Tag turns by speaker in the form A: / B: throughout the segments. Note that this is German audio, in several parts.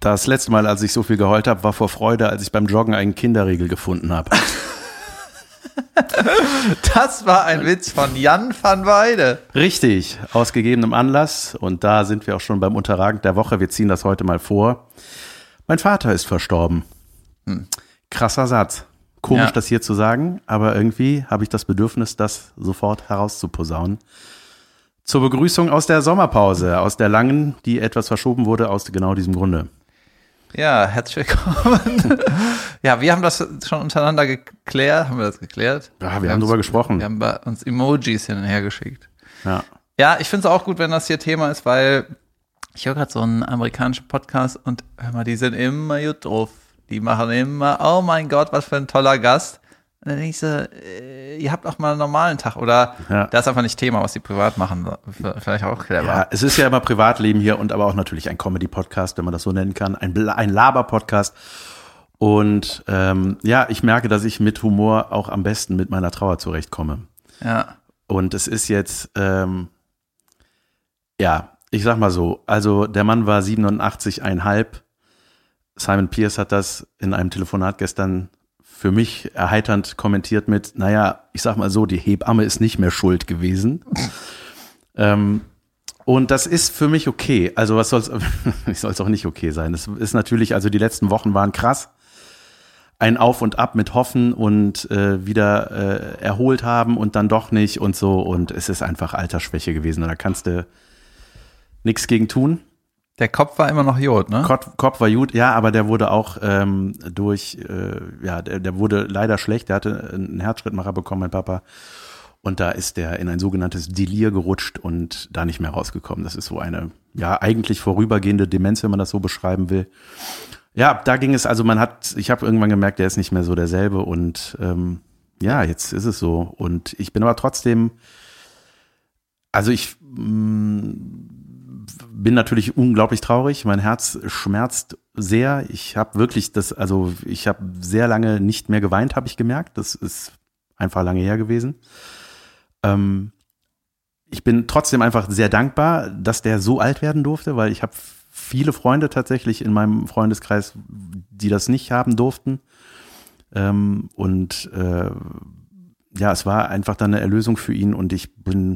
A: Das letzte Mal, als ich so viel geheult habe, war vor Freude, als ich beim Joggen einen Kinderriegel gefunden habe.
B: Das war ein Witz von Jan van Weide.
A: Richtig, aus gegebenem Anlass. Und da sind wir auch schon beim Unterragend der Woche. Wir ziehen das heute mal vor. Mein Vater ist verstorben. Krasser Satz. Komisch, das hier zu sagen, aber irgendwie habe ich das Bedürfnis, das sofort herauszuposaunen. Zur Begrüßung aus der Sommerpause, aus der langen, die etwas verschoben wurde, aus genau diesem Grunde.
B: Ja, herzlich willkommen. Ja, wir haben das schon untereinander geklärt. Haben wir das geklärt?
A: Ja, wir haben drüber gesprochen.
B: Wir haben bei uns Emojis hin und her geschickt.
A: Ja,
B: Ja, ich finde es auch gut, wenn das hier Thema ist, weil ich höre gerade so einen amerikanischen Podcast und hör mal, die sind immer gut drauf. Die machen immer, oh mein Gott, was für ein toller Gast. Und dann denke ich so, ihr habt auch mal einen normalen Tag. Oder das ist einfach nicht Thema, was die privat machen. Vielleicht auch clever.
A: Ja, es ist ja immer Privatleben hier und aber auch natürlich ein Comedy-Podcast, wenn man das so nennen kann. Ein Laber-Podcast. Und ich merke, dass ich mit Humor auch am besten mit meiner Trauer zurechtkomme.
B: Ja.
A: Und es ist jetzt, ich sag mal so, also der Mann war 87,5. Simon Pierce hat das in einem Telefonat gestern für mich erheiternd kommentiert mit, naja, ich sag mal so, die Hebamme ist nicht mehr schuld gewesen. Und das ist für mich okay. Also was soll's, ich soll es auch nicht okay sein. Es ist natürlich, also die letzten Wochen waren krass. Ein Auf und Ab mit Hoffen und wieder erholt haben und dann doch nicht und so. Und es ist einfach Altersschwäche gewesen. Und da kannst du nichts gegen tun.
B: Der Kopf war immer noch Jod, ne?
A: Kopf war gut, ja, aber der wurde auch der wurde leider schlecht. Der hatte einen Herzschrittmacher bekommen, mein Papa. Und da ist der in ein sogenanntes Delir gerutscht und da nicht mehr rausgekommen. Das ist so eine, eigentlich vorübergehende Demenz, wenn man das so beschreiben will. Ja, da ging es, also ich habe irgendwann gemerkt, der ist nicht mehr so derselbe und jetzt ist es so. Und ich bin aber trotzdem, also ich bin natürlich unglaublich traurig. Mein Herz schmerzt sehr. Ich habe sehr lange nicht mehr geweint, habe ich gemerkt. Das ist einfach lange her gewesen. Ich bin trotzdem einfach sehr dankbar, dass der so alt werden durfte, weil ich habe viele Freunde tatsächlich in meinem Freundeskreis, die das nicht haben durften. Es war einfach dann eine Erlösung für ihn und ich bin,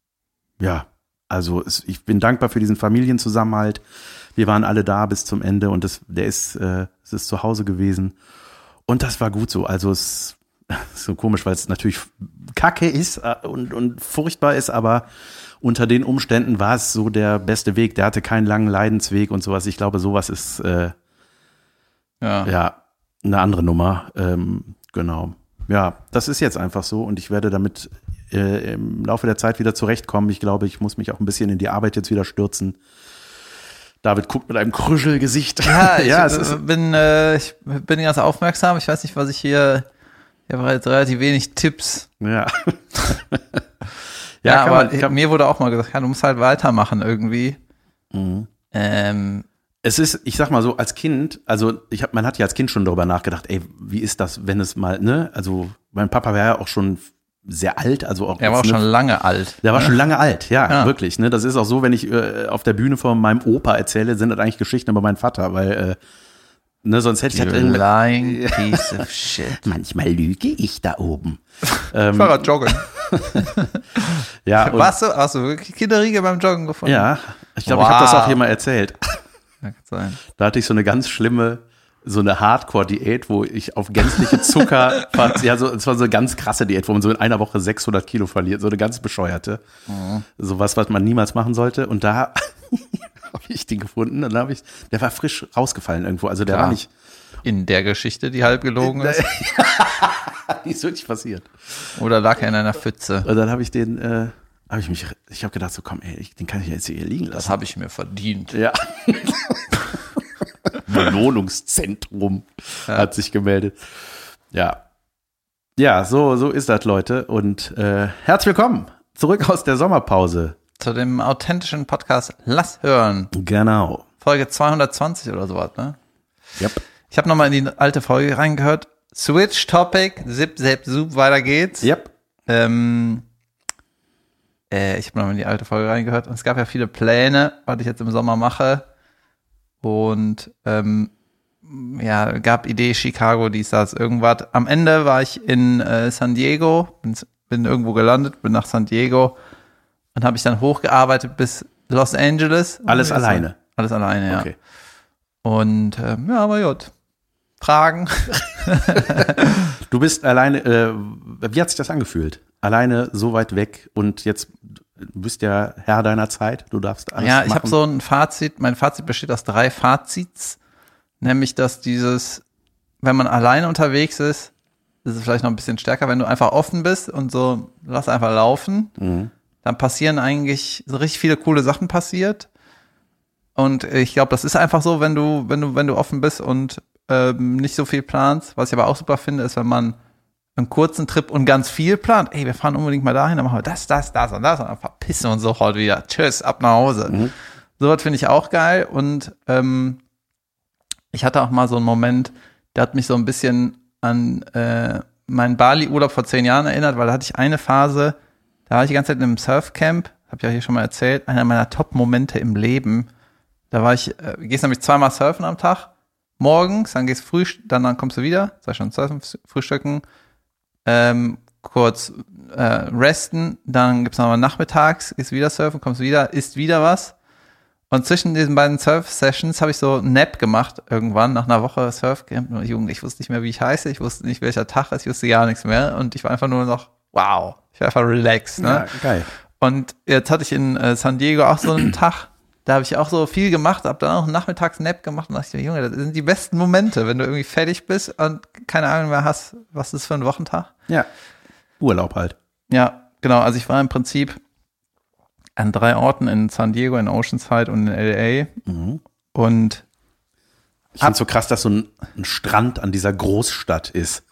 A: ich bin dankbar für diesen Familienzusammenhalt. Wir waren alle da bis zum Ende und es ist zu Hause gewesen. Und das war gut so. Also es ist so komisch, weil es natürlich kacke ist und furchtbar ist, aber unter den Umständen war es so der beste Weg. Der hatte keinen langen Leidensweg und sowas. Ich glaube, sowas ist eine andere Nummer. Genau. Ja, das ist jetzt einfach so und ich werde damit im Laufe der Zeit wieder zurechtkommen. Ich glaube, ich muss mich auch ein bisschen in die Arbeit jetzt wieder stürzen. David guckt mit einem Krüschelgesicht.
B: Ja, ich bin ganz aufmerksam. Ich weiß nicht, was ich hier habe jetzt relativ wenig Tipps.
A: Ja.
B: Mir wurde auch mal gesagt, du musst halt weitermachen irgendwie.
A: Mhm. Es ist, ich sag mal so, als Kind, man hat ja als Kind schon darüber nachgedacht, wie ist das, wenn es mal, ne? Also mein Papa war ja auch schon sehr alt, also auch.
B: Er war auch schon lange alt.
A: Der war schon lange alt, ja, wirklich. Ne? Das ist auch so, wenn ich auf der Bühne von meinem Opa erzähle, sind das eigentlich Geschichten über meinen Vater, weil sonst hätte ich halt
B: lying piece of shit.
A: Manchmal lüge ich da oben.
B: Ich war gerade joggen.
A: Ja.
B: Hast du wirklich Kinderriegel beim Joggen gefunden?
A: Ja, ich glaube, ich habe das auch hier mal erzählt.
B: Ja, kann sein.
A: Da hatte ich so eine ganz schlimme, so eine Hardcore-Diät, wo ich auf gänzliche Zucker, es war so eine ganz krasse Diät, wo man so in einer Woche 600 Kilo verliert, so eine ganz bescheuerte. Mhm. So was man niemals machen sollte. Und da habe ich den gefunden und der war frisch rausgefallen irgendwo. Also der war nicht.
B: In der Geschichte, die halb gelogen ist?
A: Die ist wirklich passiert.
B: Oder lag er in einer Pfütze?
A: Und dann habe ich den, ich habe gedacht so, komm ey, den kann ich jetzt hier liegen lassen.
B: Das habe ich mir verdient.
A: Ja. Belohnungszentrum hat sich gemeldet. Ja. Ja, so ist das, Leute. Und herzlich willkommen zurück aus der Sommerpause.
B: Zu dem authentischen Podcast Lass hören.
A: Genau.
B: Folge 220 oder sowas, ne?
A: Yep.
B: Ich habe nochmal in die alte Folge reingehört. Switch Topic, Zip, Zap, Zoop, weiter geht's.
A: Yep.
B: Ich habe nochmal in die alte Folge reingehört und es gab ja viele Pläne, was ich jetzt im Sommer mache. und gab Idee Chicago, dies, das, irgendwas. Am Ende war ich in San Diego, bin irgendwo gelandet, bin nach San Diego und habe ich dann hochgearbeitet bis Los Angeles.
A: Alles alleine?
B: Alles alleine, ja.
A: Okay.
B: Und aber gut. Fragen.
A: Du bist alleine, wie hat sich das angefühlt? Alleine so weit weg und jetzt bist ja Herr deiner Zeit, du darfst alles machen.
B: Ja, ich habe so ein Fazit, mein Fazit besteht aus 3 Fazits, nämlich, dass wenn man alleine unterwegs ist es vielleicht noch ein bisschen stärker, wenn du einfach offen bist und so, lass einfach laufen, dann passieren eigentlich so richtig viele coole Sachen passiert und ich glaube, das ist einfach so, wenn du offen bist und nicht so viel planst. Was ich aber auch super finde, ist, wenn man einen kurzen Trip und ganz viel plant. Ey, wir fahren unbedingt mal dahin, dann machen wir das und das und dann verpissen wir uns sofort wieder. Tschüss, ab nach Hause. Sowas finde ich auch geil und ich hatte auch mal so einen Moment, der hat mich so ein bisschen an meinen Bali-Urlaub vor 10 Jahren erinnert, weil da hatte ich eine Phase, da war ich die ganze Zeit in einem Surfcamp, habe ich ja hier schon mal erzählt, einer meiner Top-Momente im Leben. Da war ich, gehst nämlich 2-mal surfen am Tag, morgens, dann gehst dann kommst du wieder, 2 Stunden surfen, frühstücken, kurz resten, dann gibt's nochmal nachmittags, gehst wieder surfen, kommst wieder, isst wieder was. Und zwischen diesen beiden Surf-Sessions habe ich so einen Nap gemacht irgendwann, nach einer Woche Surfcamp. Und Junge, ich wusste nicht mehr, wie ich heiße, ich wusste nicht, welcher Tag ist, ich wusste gar nichts mehr. Und ich war einfach nur noch, wow, ich war einfach relaxed. Ne?
A: Ja, geil.
B: Und jetzt hatte ich in San Diego auch so einen Tag, da habe ich auch so viel gemacht, habe dann auch einen Nachmittags-Nap gemacht und dachte ich mir, Junge, das sind die besten Momente, wenn du irgendwie fertig bist und keine Ahnung mehr hast, was das für ein Wochentag.
A: Ja, Urlaub halt.
B: Ja, genau, also ich war im Prinzip an 3 Orten in San Diego, in Oceanside und in L.A. Und
A: ich finde es so krass, dass so ein Strand an dieser Großstadt ist.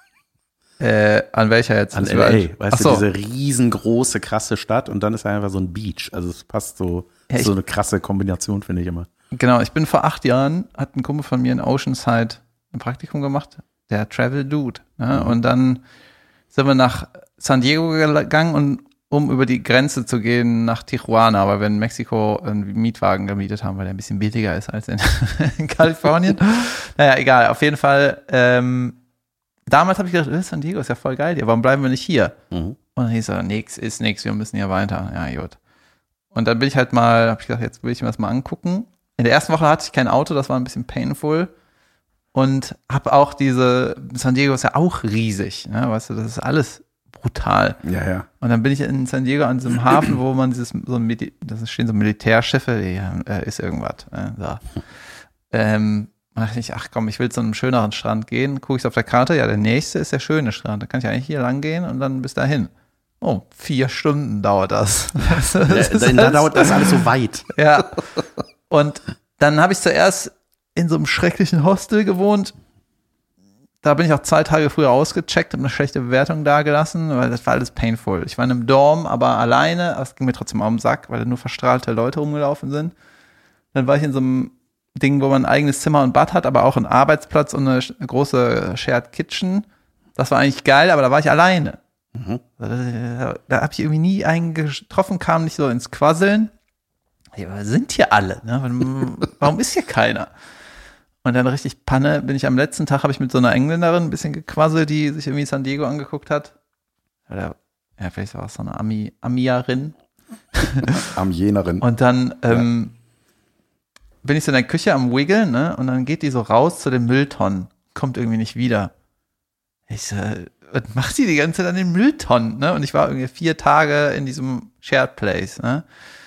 B: An welcher jetzt?
A: An L.A., weißt du, diese riesengroße, krasse Stadt und dann ist einfach so ein Beach. Also es passt so, ja, so eine krasse Kombination, finde ich immer.
B: Genau, ich bin vor 8 Jahren, hat ein Kumpel von mir in Oceanside ein Praktikum gemacht, der Travel Dude. Ne? Und dann sind wir nach San Diego gegangen, um über die Grenze zu gehen nach Tijuana, weil wir in Mexiko einen Mietwagen gemietet haben, weil der ein bisschen billiger ist als in Kalifornien. Naja, egal, auf jeden Fall. Damals habe ich gedacht, San Diego ist ja voll geil hier, warum bleiben wir nicht hier? Und dann hieß er, nix ist nix, wir müssen hier weiter. Ja, gut. Und dann bin ich halt mal, habe ich gedacht, jetzt will ich mir das mal angucken. In der ersten Woche hatte ich kein Auto, das war ein bisschen painful. Und habe auch San Diego ist ja auch riesig, ne? Weißt du, das ist alles brutal.
A: Ja, ja. Und
B: dann bin ich in San Diego an diesem Hafen, wo man da stehen so Militärschiffe, ist irgendwas. So. Und da dachte ich, ach komm, ich will zu einem schöneren Strand gehen. Gucke ich auf der Karte, ja, der nächste ist der schöne Strand. Da kann ich eigentlich hier lang gehen und dann bis dahin. Oh, 4 Stunden dauert das.
A: Da dauert das alles so weit.
B: Ja. Und dann habe ich zuerst in so einem schrecklichen Hostel gewohnt. Da bin ich auch 2 Tage früher ausgecheckt, habe eine schlechte Bewertung dagelassen, weil das war alles painful. Ich war in einem Dorm, aber alleine, aber es ging mir trotzdem auf den Sack, weil da nur verstrahlte Leute rumgelaufen sind. Dann war ich in so einem Ding, wo man ein eigenes Zimmer und Bad hat, aber auch einen Arbeitsplatz und eine große Shared Kitchen. Das war eigentlich geil, aber da war ich alleine. Da habe ich irgendwie nie einen getroffen, kam nicht so ins Quasseln. Ja, aber sind hier alle? Ne? Warum ist hier keiner? Und dann richtig Panne, bin ich am letzten Tag, habe ich mit so einer Engländerin ein bisschen gequasselt, die sich irgendwie San Diego angeguckt hat. Oder, ja, vielleicht war es so eine Amierin.
A: Amienerin.
B: Und dann bin ich so in der Küche am Wiggeln, ne? Und dann geht die so raus zu den Mülltonnen. Kommt irgendwie nicht wieder. Ich so, was macht die ganze Zeit an den Mülltonnen, ne? Und ich war irgendwie 4 Tage in diesem Shared Place, ne?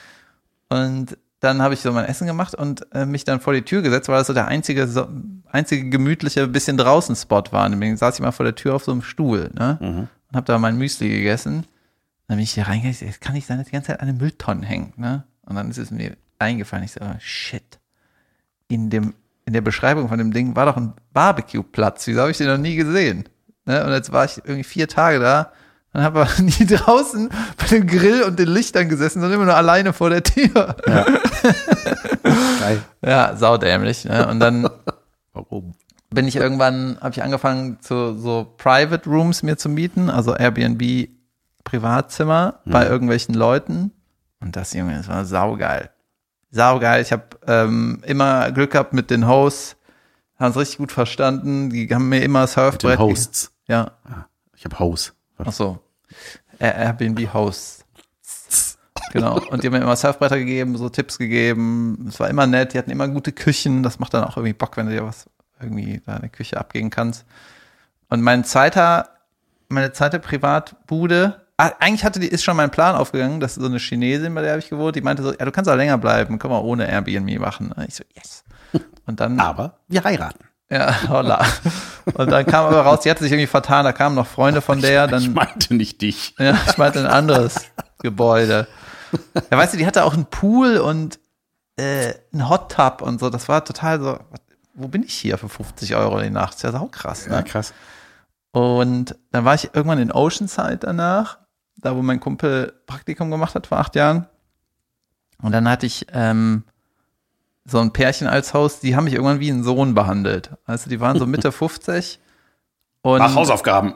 B: Und dann habe ich so mein Essen gemacht und mich dann vor die Tür gesetzt, weil das so der einzige gemütliche bisschen draußen Spot war. Und deswegen saß ich mal vor der Tür auf so einem Stuhl, ne? Und habe da mein Müsli gegessen. Dann bin ich hier reingegangen, jetzt kann ich da nicht die ganze Zeit an den Mülltonnen hängen, ne? Und dann ist es mir eingefallen, ich so, oh, shit. In der Beschreibung von dem Ding war doch ein Barbecue-Platz. Wieso habe ich den noch nie gesehen? Ne? Und jetzt war ich irgendwie 4 Tage da und habe aber nie draußen bei dem Grill und den Lichtern gesessen, sondern immer nur alleine vor der Tür. Ja.
A: Geil.
B: Ja, saudämlich. Ne? Und dann
A: Warum?
B: habe ich angefangen, so Private Rooms mir zu mieten, also Airbnb Privatzimmer bei irgendwelchen Leuten. Und das, Junge, das war saugeil. saugeil. Ich habe immer Glück gehabt mit den Hosts, haben es richtig gut verstanden. Die haben mir immer Surfbrett.
A: Mit den Hosts.
B: Ja.
A: Ich habe Host.
B: Ach so. Airbnb-Hosts. Genau. Und die haben mir immer Surfbretter gegeben, so Tipps gegeben. Es war immer nett. Die hatten immer gute Küchen. Das macht dann auch irgendwie Bock, wenn du dir was irgendwie da in der Küche abgeben kannst. Und meine zweite Privatbude, eigentlich ist schon mein Plan aufgegangen, das ist so eine Chinesin, bei der habe ich gewohnt, die meinte so, ja, du kannst auch länger bleiben, können wir ohne Airbnb machen. Und ich so, yes. Und dann,
A: aber wir heiraten.
B: Ja, holla. Und dann kam aber raus, die hatte sich irgendwie vertan, da kamen noch Freunde von der. Dann,
A: ich meinte nicht dich.
B: Ja, ich meinte ein anderes Gebäude. Ja, weißt du, die hatte auch einen Pool und einen Hot Tub und so, das war total so, wo bin ich hier für 50 € die Nacht? Das ist ja sau krass, ne?
A: Ja, krass.
B: Und dann war ich irgendwann in Oceanside danach, da wo mein Kumpel Praktikum gemacht hat vor 8 Jahren. Und dann hatte ich so ein Pärchen als Host, die haben mich irgendwann wie einen Sohn behandelt. Also die waren so Mitte 50. Und
A: mach Hausaufgaben.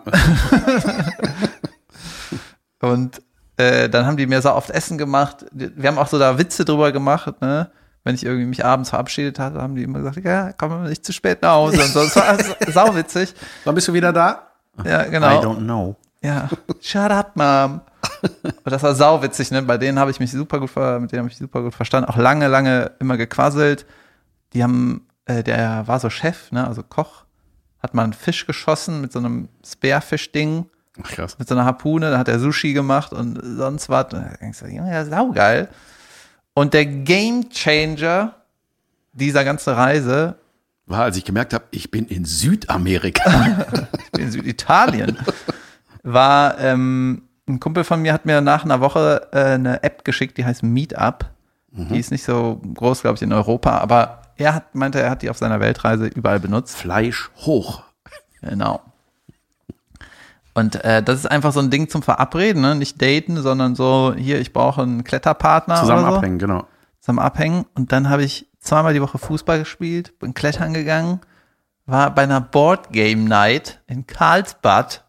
B: Und dann haben die mir so oft Essen gemacht. Wir haben auch so da Witze drüber gemacht, ne? Wenn ich irgendwie mich abends verabschiedet hatte, haben die immer gesagt, ja, komm nicht zu spät nach Hause und so. Das war sauwitzig.
A: Wann bist du wieder da?
B: Ja, genau.
A: I don't know.
B: Ja, shut up, Mom. Und das war sauwitzig, ne? Mit denen habe ich mich super gut verstanden. Auch lange immer gequasselt. Die haben, der war so Chef, ne? Also Koch. Hat mal einen Fisch geschossen mit so einem Spearfish-Ding.
A: Ach, krass.
B: Mit so einer Harpune. Da hat er Sushi gemacht und sonst was. Und da denkst du, ja, saugeil. Und der Gamechanger dieser ganzen Reise
A: war, als ich gemerkt habe, ich bin in Südamerika.
B: ich bin in Süditalien. War, ein Kumpel von mir hat mir nach einer Woche eine App geschickt, die heißt Meetup. Die ist nicht so groß, glaube ich, in Europa, aber er hat die auf seiner Weltreise überall benutzt.
A: Fleisch hoch.
B: Genau. Und das ist einfach so ein Ding zum Verabreden, ne? Nicht daten, sondern so, hier, ich brauche einen Kletterpartner.
A: Zusammen
B: oder so.
A: abhängen, genau.
B: Zusammen abhängen. Und dann habe ich 2-mal die Woche Fußball gespielt, bin klettern gegangen, war bei einer Board Game Night in Karlsbad.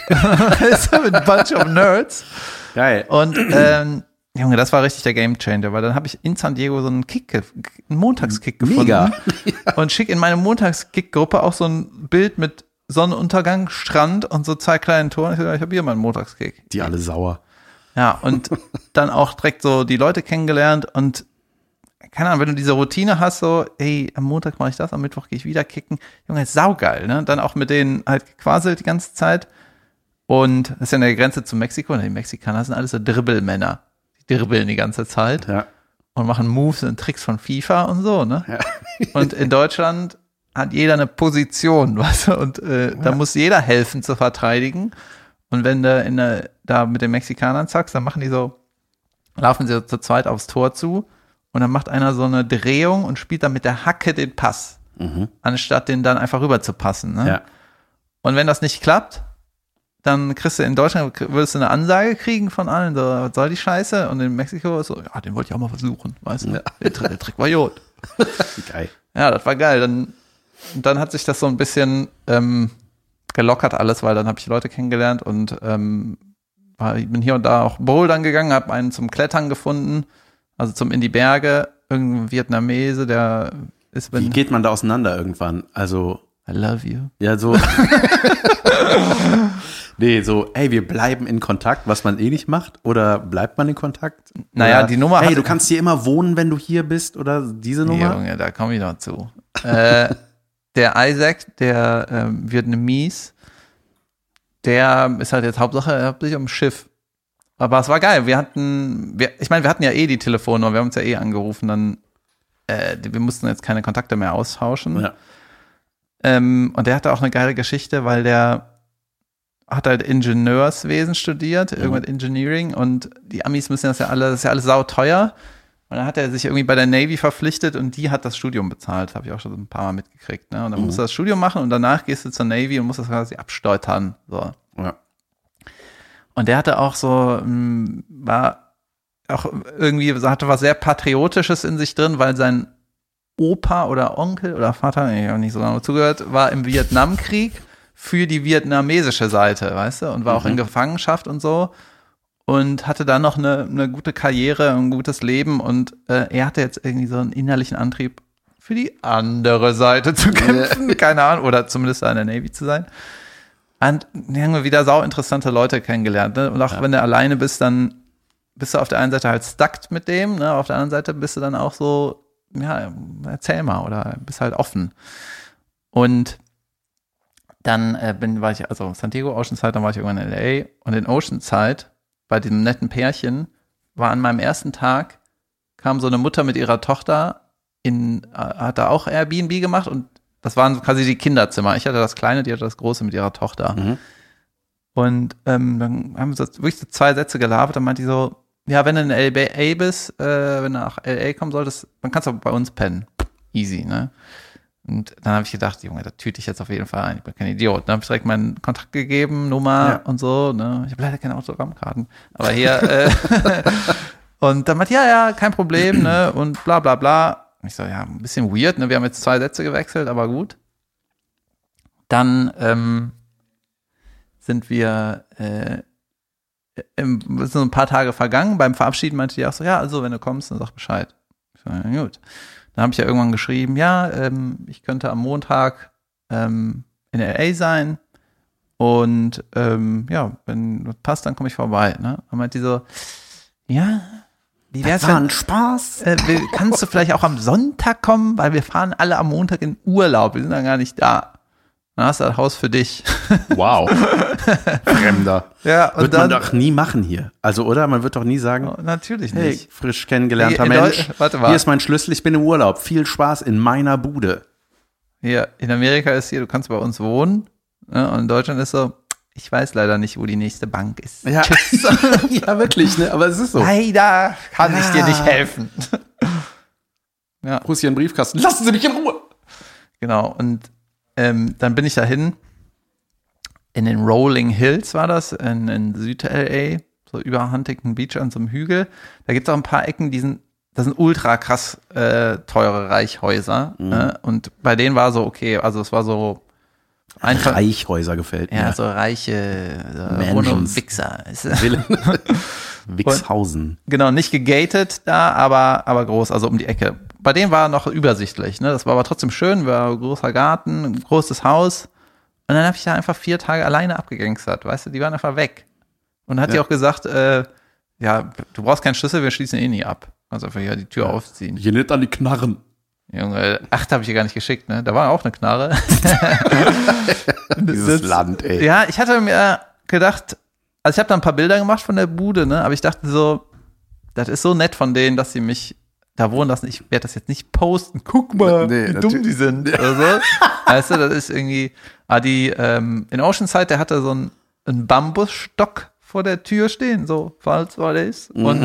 B: Mit ein bunch of Nerds.
A: Geil.
B: Und Junge, das war richtig der Gamechanger, weil dann habe ich in San Diego so einen Montagskick gefunden.
A: Mega.
B: Und schick in meine Montagskick-Gruppe auch so ein Bild mit Sonnenuntergang, Strand und so 2 kleinen Toren. Ich habe hier meinen Montagskick.
A: Die alle sauer.
B: Ja, und dann auch direkt so die Leute kennengelernt und keine Ahnung, wenn du diese Routine hast, so, hey, am Montag mache ich das, am Mittwoch gehe ich wieder kicken. Junge, ist saugeil, ne? Dann auch mit denen halt gequasselt die ganze Zeit. Und das ist ja an der Grenze zu Mexiko. Und die Mexikaner sind alles so Dribbelmänner. Die dribbeln die ganze Zeit.
A: Ja.
B: Und machen Moves und Tricks von FIFA und so, ne?
A: Ja.
B: Und in Deutschland hat jeder eine Position, weißt du? Und da muss jeder helfen zu verteidigen. Und wenn du da mit den Mexikanern zackst, dann laufen sie zu zweit aufs Tor zu. Und dann macht einer so eine Drehung und spielt dann mit der Hacke den Pass, anstatt den dann einfach rüber zu passen. Ne?
A: Ja.
B: Und wenn das nicht klappt, dann würdest du eine Ansage kriegen von allen, so, was soll die Scheiße? Und in Mexiko ist so, ja, den wollte ich auch mal versuchen, weißt du? Ja. Der Trick war gut.
A: Geil.
B: Ja, das war geil. Dann hat sich das so ein bisschen gelockert alles, weil dann habe ich Leute kennengelernt und ich bin hier und da auch bouldern gegangen, habe einen zum Klettern gefunden, also in die Berge, irgendein Vietnamese, der ist...
A: Wie geht man da auseinander irgendwann? Also...
B: I love you.
A: Ja, so... Nee, so, ey, wir bleiben in Kontakt, was man eh nicht macht, oder bleibt man in Kontakt?
B: Naja,
A: oder,
B: die Nummer...
A: Hey, du kannst hier immer wohnen, wenn du hier bist, oder diese Nummer?
B: Junge, da komme ich noch zu. Der Isaac, der Vietnames, der ist halt jetzt hauptsächlich am Schiff. Aber es war geil. Wir hatten ja eh die Telefonnummer, wir haben uns ja eh angerufen, dann wir mussten jetzt keine Kontakte mehr austauschen. Ja. Und der hatte auch eine geile Geschichte, weil der hat halt Ingenieurswesen studiert, irgendwas Engineering, und die Amis müssen das ist ja alles sauteuer. Und dann hat er sich irgendwie bei der Navy verpflichtet und die hat das Studium bezahlt. Habe ich auch schon ein paar Mal mitgekriegt. Ne? Und dann musst du das Studium machen und danach gehst du zur Navy und musst das quasi absteutern. So.
A: Ja.
B: Und der hatte auch so, war auch irgendwie, hatte was sehr Patriotisches in sich drin, weil sein Opa oder Onkel oder Vater, ich habe nicht so lange zugehört, war im Vietnamkrieg für die vietnamesische Seite, weißt du, und war auch in Gefangenschaft und so. und hatte dann noch eine gute Karriere, ein gutes Leben und er hatte jetzt irgendwie so einen innerlichen Antrieb, für die andere Seite zu kämpfen, keine Ahnung, oder zumindest in der Navy zu sein. Und dann haben wir wieder sau interessante Leute kennengelernt. Ne? Und auch wenn du alleine bist, dann bist du auf der einen Seite halt stuck mit dem, ne? Auf der anderen Seite bist du dann auch so, ja, erzähl mal oder bist halt offen. Und dann war ich, also Santiago, Oceanside, dann war ich irgendwann in L.A. Und in Oceanside, bei diesem netten Pärchen, war an meinem ersten Tag, kam so eine Mutter mit ihrer Tochter hat da auch Airbnb gemacht und das waren quasi die Kinderzimmer. Ich hatte das kleine, die hatte das große mit ihrer Tochter. Mhm. Und dann haben wir so wirklich so 2 Sätze gelabert, dann meinte die so, ja, wenn du in L.A. bist, wenn du nach L.A. kommen solltest, dann kannst du bei uns pennen. Easy, ne? Und dann habe ich gedacht, Junge, da tüte ich jetzt auf jeden Fall ein. Ich bin kein Idiot. Dann habe ich direkt meinen Kontakt gegeben, Nummer und so. Ne? Ich habe leider keine Autogrammkarten. Aber hier, und dann meinte, ja, kein Problem, ne? Und bla bla bla. Und ich so, ja, ein bisschen weird, ne? Wir haben jetzt 2 Sätze gewechselt, aber gut. Dann sind wir sind so ein paar Tage vergangen. Beim Verabschieden meinte die auch so, ja, also wenn du kommst, dann sag Bescheid. Ich so, ja, gut. Dann habe ich ja irgendwann geschrieben, ja, ich könnte am Montag in L.A. sein und ja, wenn das passt, dann komme ich vorbei. Ne? Dann meinte die so, ja, wie wär's,
A: das war ein Spaß.
B: Kannst du vielleicht auch am Sonntag kommen, weil wir fahren alle am Montag in Urlaub, wir sind dann gar nicht da. Dann hast du das Haus für dich.
A: Wow. Fremder.
B: Ja, und
A: wird man doch nie machen hier. Also, oder? Man wird doch nie sagen,
B: oh, natürlich
A: hey,
B: nicht.
A: frisch kennengelernter Mensch,
B: warte mal.
A: Hier ist mein Schlüssel, ich bin im Urlaub. Viel Spaß in meiner Bude.
B: Hier, in Amerika ist hier, du kannst bei uns wohnen. Ne? Und in Deutschland ist so, ich weiß leider nicht, wo die nächste Bank ist.
A: Ja, ja wirklich, ne? Aber es ist so.
B: Leider kann ich dir nicht helfen. Ja.
A: Wo ist hier ein Briefkasten? Lassen Sie mich in Ruhe.
B: Genau, und dann bin ich dahin. In den Rolling Hills war das, in Süd-LA, so über Huntington Beach an so einem Hügel. Da gibt es auch ein paar Ecken, das sind ultra krass teure Reichhäuser. Und bei denen war so, okay, also es war so einfach.
A: Reichhäuser gefällt mir.
B: Ja, so reiche Wichser.
A: Wixhausen.
B: Genau, nicht gegated da, aber groß, also um die Ecke. Bei denen war noch übersichtlich, ne? Das war aber trotzdem schön, war ein großer Garten, ein großes Haus. Und dann habe ich da einfach 4 Tage alleine abgegangstert, weißt du, die waren einfach weg. Und dann hat die auch gesagt, ja, du brauchst keinen Schlüssel, wir schließen eh nie ab. Also einfach hier die Tür aufziehen.
A: Hier nicht an die Knarren.
B: Junge, 8 habe ich hier gar nicht geschickt, ne? Da war auch eine Knarre.
A: Dieses Land, ey.
B: Ja, ich hatte mir gedacht, also ich habe da ein paar Bilder gemacht von der Bude, ne? Aber ich dachte so, das ist so nett von denen, dass sie mich da wohnen lassen. Ich werde das jetzt nicht posten. Guck mal, wie dumm die sind. Oder so. Weißt du, das ist irgendwie, in Oceanside, der hatte so einen Bambusstock vor der Tür stehen, so, falls was ist. Und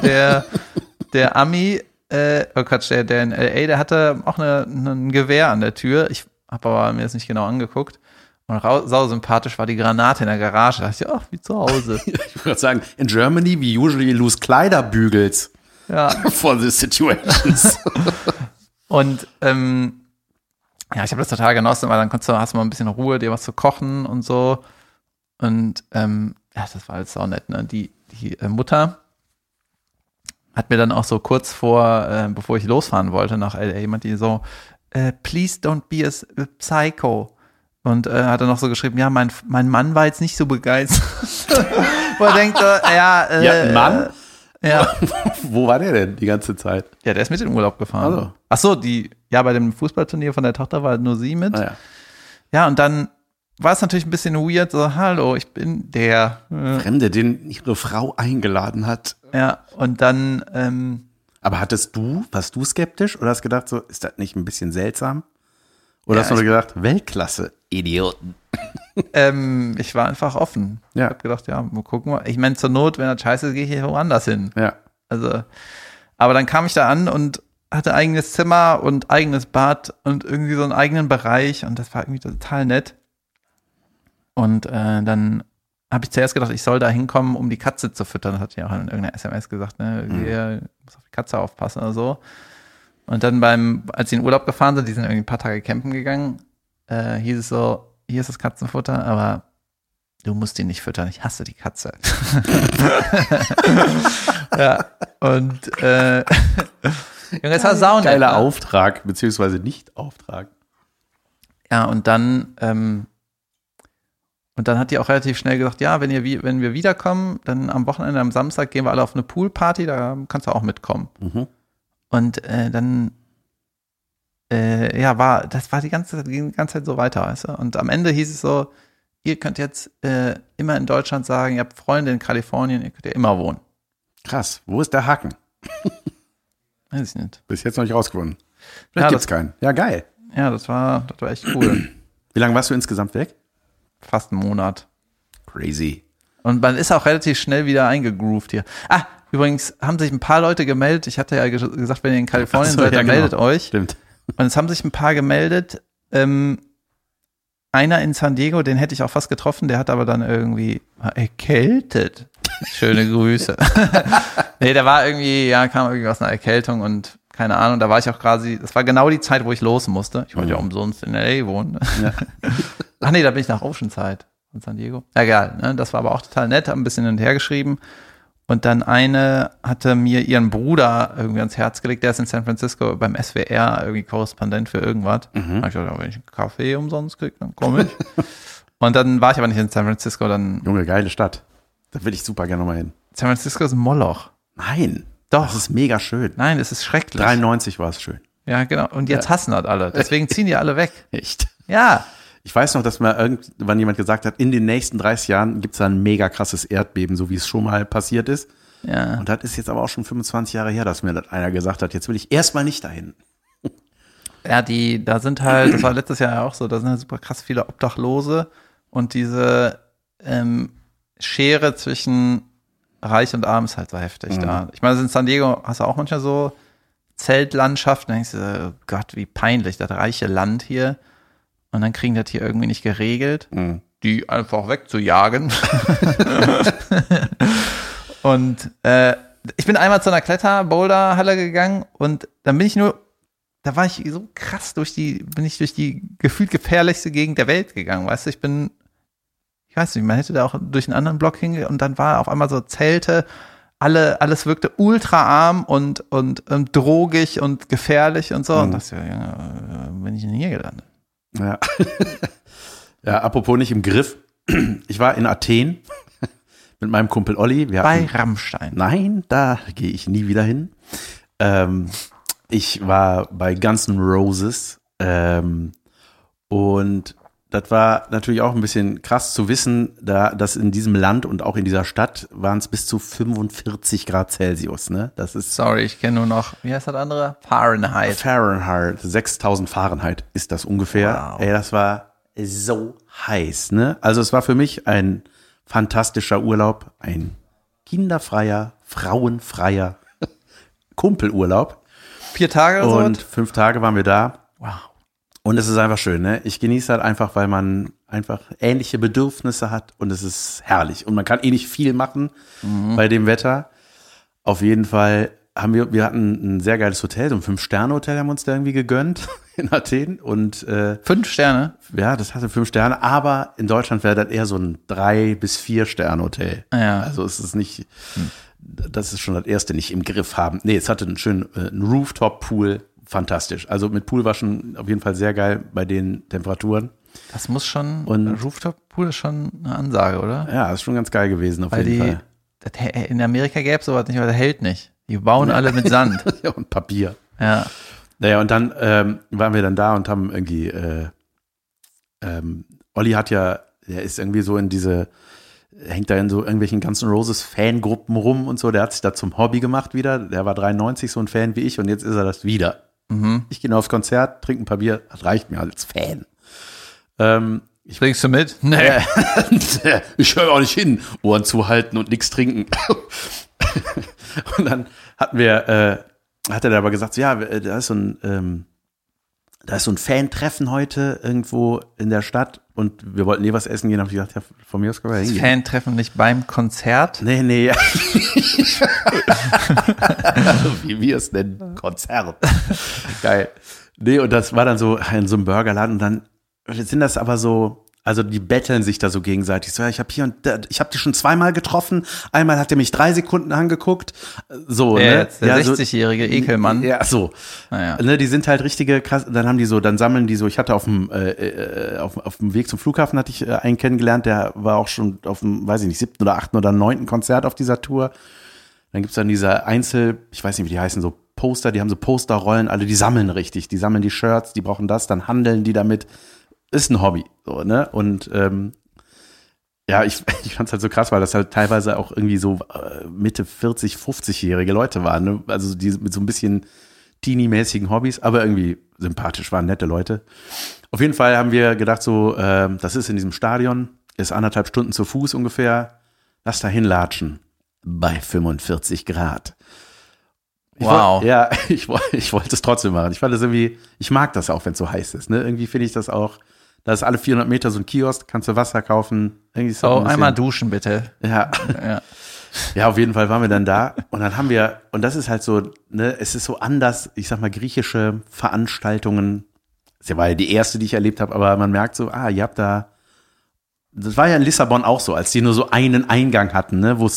B: der Ami, oh Quatsch, der in L.A., der hatte auch ein Gewehr an der Tür. Ich habe aber mir das nicht genau angeguckt. Und sau sympathisch war die Granate in der Garage. Da dachte ich, ach, wie zu Hause.
A: Ich würde sagen, in Germany we usually lose Kleiderbügels.
B: Ja.
A: For the situations.
B: Und ja, ich habe das total genossen, weil dann hast du mal ein bisschen Ruhe, dir was zu kochen und so. Und ja, das war alles auch nett, ne? Die Mutter hat mir dann auch so kurz vor, bevor ich losfahren wollte nach L.A., jemand die so, please don't be a psycho. Und hat dann noch so geschrieben, ja, mein Mann war jetzt nicht so begeistert. Wo er denkt so, ja,
A: ein Mann?
B: Ja.
A: Wo war der denn die ganze Zeit?
B: Ja, der ist mit in den Urlaub gefahren. Also. Ach so, bei dem Fußballturnier von der Tochter war halt nur sie mit.
A: Ah, ja.
B: Ja, und dann war es natürlich ein bisschen weird, so, hallo, ich bin der
A: Fremde, den ihre Frau eingeladen hat.
B: Ja, und dann
A: aber warst du skeptisch oder hast gedacht, so, ist das nicht ein bisschen seltsam? Oder hast du nur gedacht, Weltklasse, Idioten?
B: Ich war einfach offen.
A: Ja.
B: Ich habe gedacht, ja, mal gucken. Ich meine, zur Not, wenn das scheiße ist, gehe ich hier woanders hin.
A: Ja.
B: Also, aber dann kam ich da an und hatte eigenes Zimmer und eigenes Bad und irgendwie so einen eigenen Bereich und das war irgendwie total nett. Und dann habe ich zuerst gedacht, ich soll da hinkommen, um die Katze zu füttern. Das hat ja auch in irgendeiner SMS gesagt, ne? Du musst auf die Katze aufpassen oder so. Und dann als sie in Urlaub gefahren sind, die sind irgendwie ein paar Tage campen gegangen, hieß es so, hier ist das Katzenfutter, aber du musst ihn nicht füttern, ich hasse die Katze. Ja, und Junge, es war saunett.
A: Geiler Auftrag, beziehungsweise Nicht-Auftrag.
B: Ja, und dann hat die auch relativ schnell gesagt, ja, wenn wir wiederkommen, dann am Wochenende, am Samstag gehen wir alle auf eine Poolparty, da kannst du auch mitkommen.
A: Mhm.
B: Und dann das war die ganze Zeit so weiter, weißt du? Und am Ende hieß es so, ihr könnt jetzt immer in Deutschland sagen, ihr habt Freunde in Kalifornien, ihr könnt ja immer wohnen.
A: Krass, wo ist der Haken?
B: Weiß ich nicht.
A: Bis jetzt noch nicht rausgefunden. Vielleicht gibt's keinen. Ja, geil.
B: Ja, das war echt cool.
A: Wie lange warst du insgesamt weg?
B: Fast einen Monat.
A: Crazy.
B: Und man ist auch relativ schnell wieder eingegroovt hier. Ah, übrigens haben sich ein paar Leute gemeldet. Ich hatte ja gesagt, wenn ihr in Kalifornien seid, dann meldet euch.
A: Stimmt.
B: Und es haben sich ein paar gemeldet. Einer in San Diego, den hätte ich auch fast getroffen, der hat aber dann irgendwie erkältet. Schöne Grüße. Nee, der war irgendwie, kam irgendwie aus einer Erkältung und keine Ahnung, da war ich auch quasi, das war genau die Zeit, wo ich los musste. Ich wollte ja umsonst in L.A. wohnen. Ja. Ach nee, da bin ich nach Oceanside in San Diego. Egal, ne? Das war aber auch total nett, hab ein bisschen hin und her geschrieben. Und dann eine hatte mir ihren Bruder irgendwie ans Herz gelegt, der ist in San Francisco beim SWR irgendwie Korrespondent für irgendwas. Da hab ich gedacht, wenn ich einen Kaffee umsonst kriege, dann komme ich. Und dann war ich aber nicht in San Francisco, dann.
A: Junge, geile Stadt. Da will ich super gerne mal hin.
B: San Francisco ist ein Moloch.
A: Nein.
B: Doch.
A: Das ist mega schön.
B: Nein, es ist schrecklich.
A: 93 war es schön.
B: Ja, genau. Und jetzt hassen das alle. Deswegen ziehen die alle weg.
A: Echt?
B: Ja.
A: Ich weiß noch, dass mal irgendwann jemand gesagt hat, in den nächsten 30 Jahren gibt es da ein mega krasses Erdbeben, so wie es schon mal passiert ist.
B: Ja.
A: Und das ist jetzt aber auch schon 25 Jahre her, dass mir das einer gesagt hat, jetzt will ich erstmal nicht dahin.
B: Ja, da sind halt, das war letztes Jahr ja auch so, da sind halt super krass viele Obdachlose und diese Schere zwischen Reich und Arm ist halt so heftig da. Ich meine, in San Diego hast du auch manchmal so Zeltlandschaften, da denkst du, oh Gott, wie peinlich, das reiche Land hier. Und dann kriegen das hier irgendwie nicht geregelt, die einfach wegzujagen. Und ich bin einmal zu einer Kletter-Boulder-Halle gegangen und dann da war ich so krass bin ich durch die gefühlt gefährlichste Gegend der Welt gegangen, weißt du, ich weiß nicht, man hätte da auch durch einen anderen Block hingegangen und dann war auf einmal so Zelte, alles wirkte ultra arm und drogig und gefährlich und so. Und das bin ich denn hier gelandet?
A: Ja. Ja, apropos nicht im Griff. Ich war in Athen mit meinem Kumpel Olli.
B: Bei Rammstein.
A: Nein, da gehe ich nie wieder hin. Ich war bei Guns N' Roses und das war natürlich auch ein bisschen krass zu wissen, dass in diesem Land und auch in dieser Stadt waren es bis zu 45 Grad Celsius. Ne? Das ist
B: Sorry, ich kenne nur noch, wie heißt das andere? Fahrenheit.
A: 6000 Fahrenheit ist das ungefähr.
B: Wow.
A: Ey, das war so heiß. Ne? Also es war für mich ein fantastischer Urlaub, ein kinderfreier, frauenfreier Kumpelurlaub.
B: 4 Tage oder so?
A: Und 5 Tage waren wir da.
B: Wow.
A: Und es ist einfach schön, ne? Ich genieße halt einfach, weil man einfach ähnliche Bedürfnisse hat und es ist herrlich. Und man kann nicht viel machen bei dem Wetter. Auf jeden Fall wir hatten ein sehr geiles Hotel, so ein 5-Sterne-Hotel haben wir uns da irgendwie gegönnt in Athen. Und
B: 5 Sterne?
A: Ja, das hatte 5 Sterne, aber in Deutschland wäre das eher so ein 3- bis 4-Sterne-Hotel.
B: Ja.
A: Also es ist nicht, das ist schon das erste nicht im Griff haben. Nee, es hatte einen schönen Rooftop-Pool. Fantastisch. Also mit Poolwaschen auf jeden Fall sehr geil bei den Temperaturen.
B: Das muss schon,
A: und
B: Rooftop-Pool ist schon eine Ansage, oder?
A: Ja, ist schon ganz geil gewesen auf jeden Fall.
B: In Amerika gäbe es sowas nicht, weil der hält nicht. Die bauen alle mit Sand.
A: Ja, und Papier.
B: Ja.
A: Naja, und dann waren wir dann da und haben irgendwie Olli der ist irgendwie so hängt da in so irgendwelchen Guns N' Roses Fangruppen rum und so. Der hat sich da zum Hobby gemacht wieder. Der war 93 so ein Fan wie ich und jetzt ist er das wieder. Ich gehe nur aufs Konzert, trinke ein paar Bier, das reicht mir als Fan.
B: Bringst du mit? Nee.
A: Ich höre auch nicht hin, Ohren zuhalten und nichts trinken. Und dann hat er aber gesagt, ja, da ist so ein Fan-Treffen heute irgendwo in der Stadt und wir wollten was essen gehen. Habe ich gesagt, ja, von mir aus können wir hingehen.
B: Fan-Treffen nicht beim Konzert?
A: Nee. Wie wir es nennen, Konzert. Geil. Nee, und das war dann so in so einem Burgerladen und dann sind das aber so Also die betteln sich da so gegenseitig. So, ja, ich habe die schon zweimal getroffen. Einmal hat er mich 3 Sekunden angeguckt. So,
B: Der,
A: ne?
B: jetzt der 60-jährige Ekelmann.
A: Ja, so.
B: Naja.
A: Ne, die sind halt richtige krass. Dann sammeln die so. Ich hatte auf dem Weg zum Flughafen hatte ich einen kennengelernt, der war auch schon auf dem, weiß ich nicht, 7. oder 8. oder 9. Konzert auf dieser Tour. Dann gibt's dann diese ich weiß nicht, wie die heißen, so Poster, die haben so Posterrollen, alle, die sammeln richtig. Die sammeln die Shirts, die brauchen das, dann handeln die damit. Ist ein Hobby, so, ne? Und ja, ich fand's halt so krass, weil das halt teilweise auch irgendwie so Mitte 40, 50-jährige Leute waren, ne? Also die mit so ein bisschen teenie-mäßigen Hobbys, aber irgendwie sympathisch, waren nette Leute. Auf jeden Fall haben wir gedacht so, das ist in diesem Stadion, ist 1,5 Stunden zu Fuß ungefähr, lass da hinlatschen. Bei 45 Grad.
B: Wow.
A: Ich wollte es trotzdem machen. Ich fand das irgendwie, ich mag das auch, wenn es so heiß ist, ne? Irgendwie finde ich das auch. Da ist alle 400 Meter so ein Kiosk, kannst du Wasser kaufen. Irgendwie ist
B: So, einmal duschen bitte.
A: Ja. Ja, auf jeden Fall waren wir dann da. Und dann haben wir, und das ist halt so, ne, es ist so anders, ich sag mal, griechische Veranstaltungen. Das war ja die erste, die ich erlebt habe, aber man merkt so, ihr habt da, das war ja in Lissabon auch so, als die nur so einen Eingang hatten, ne, wo es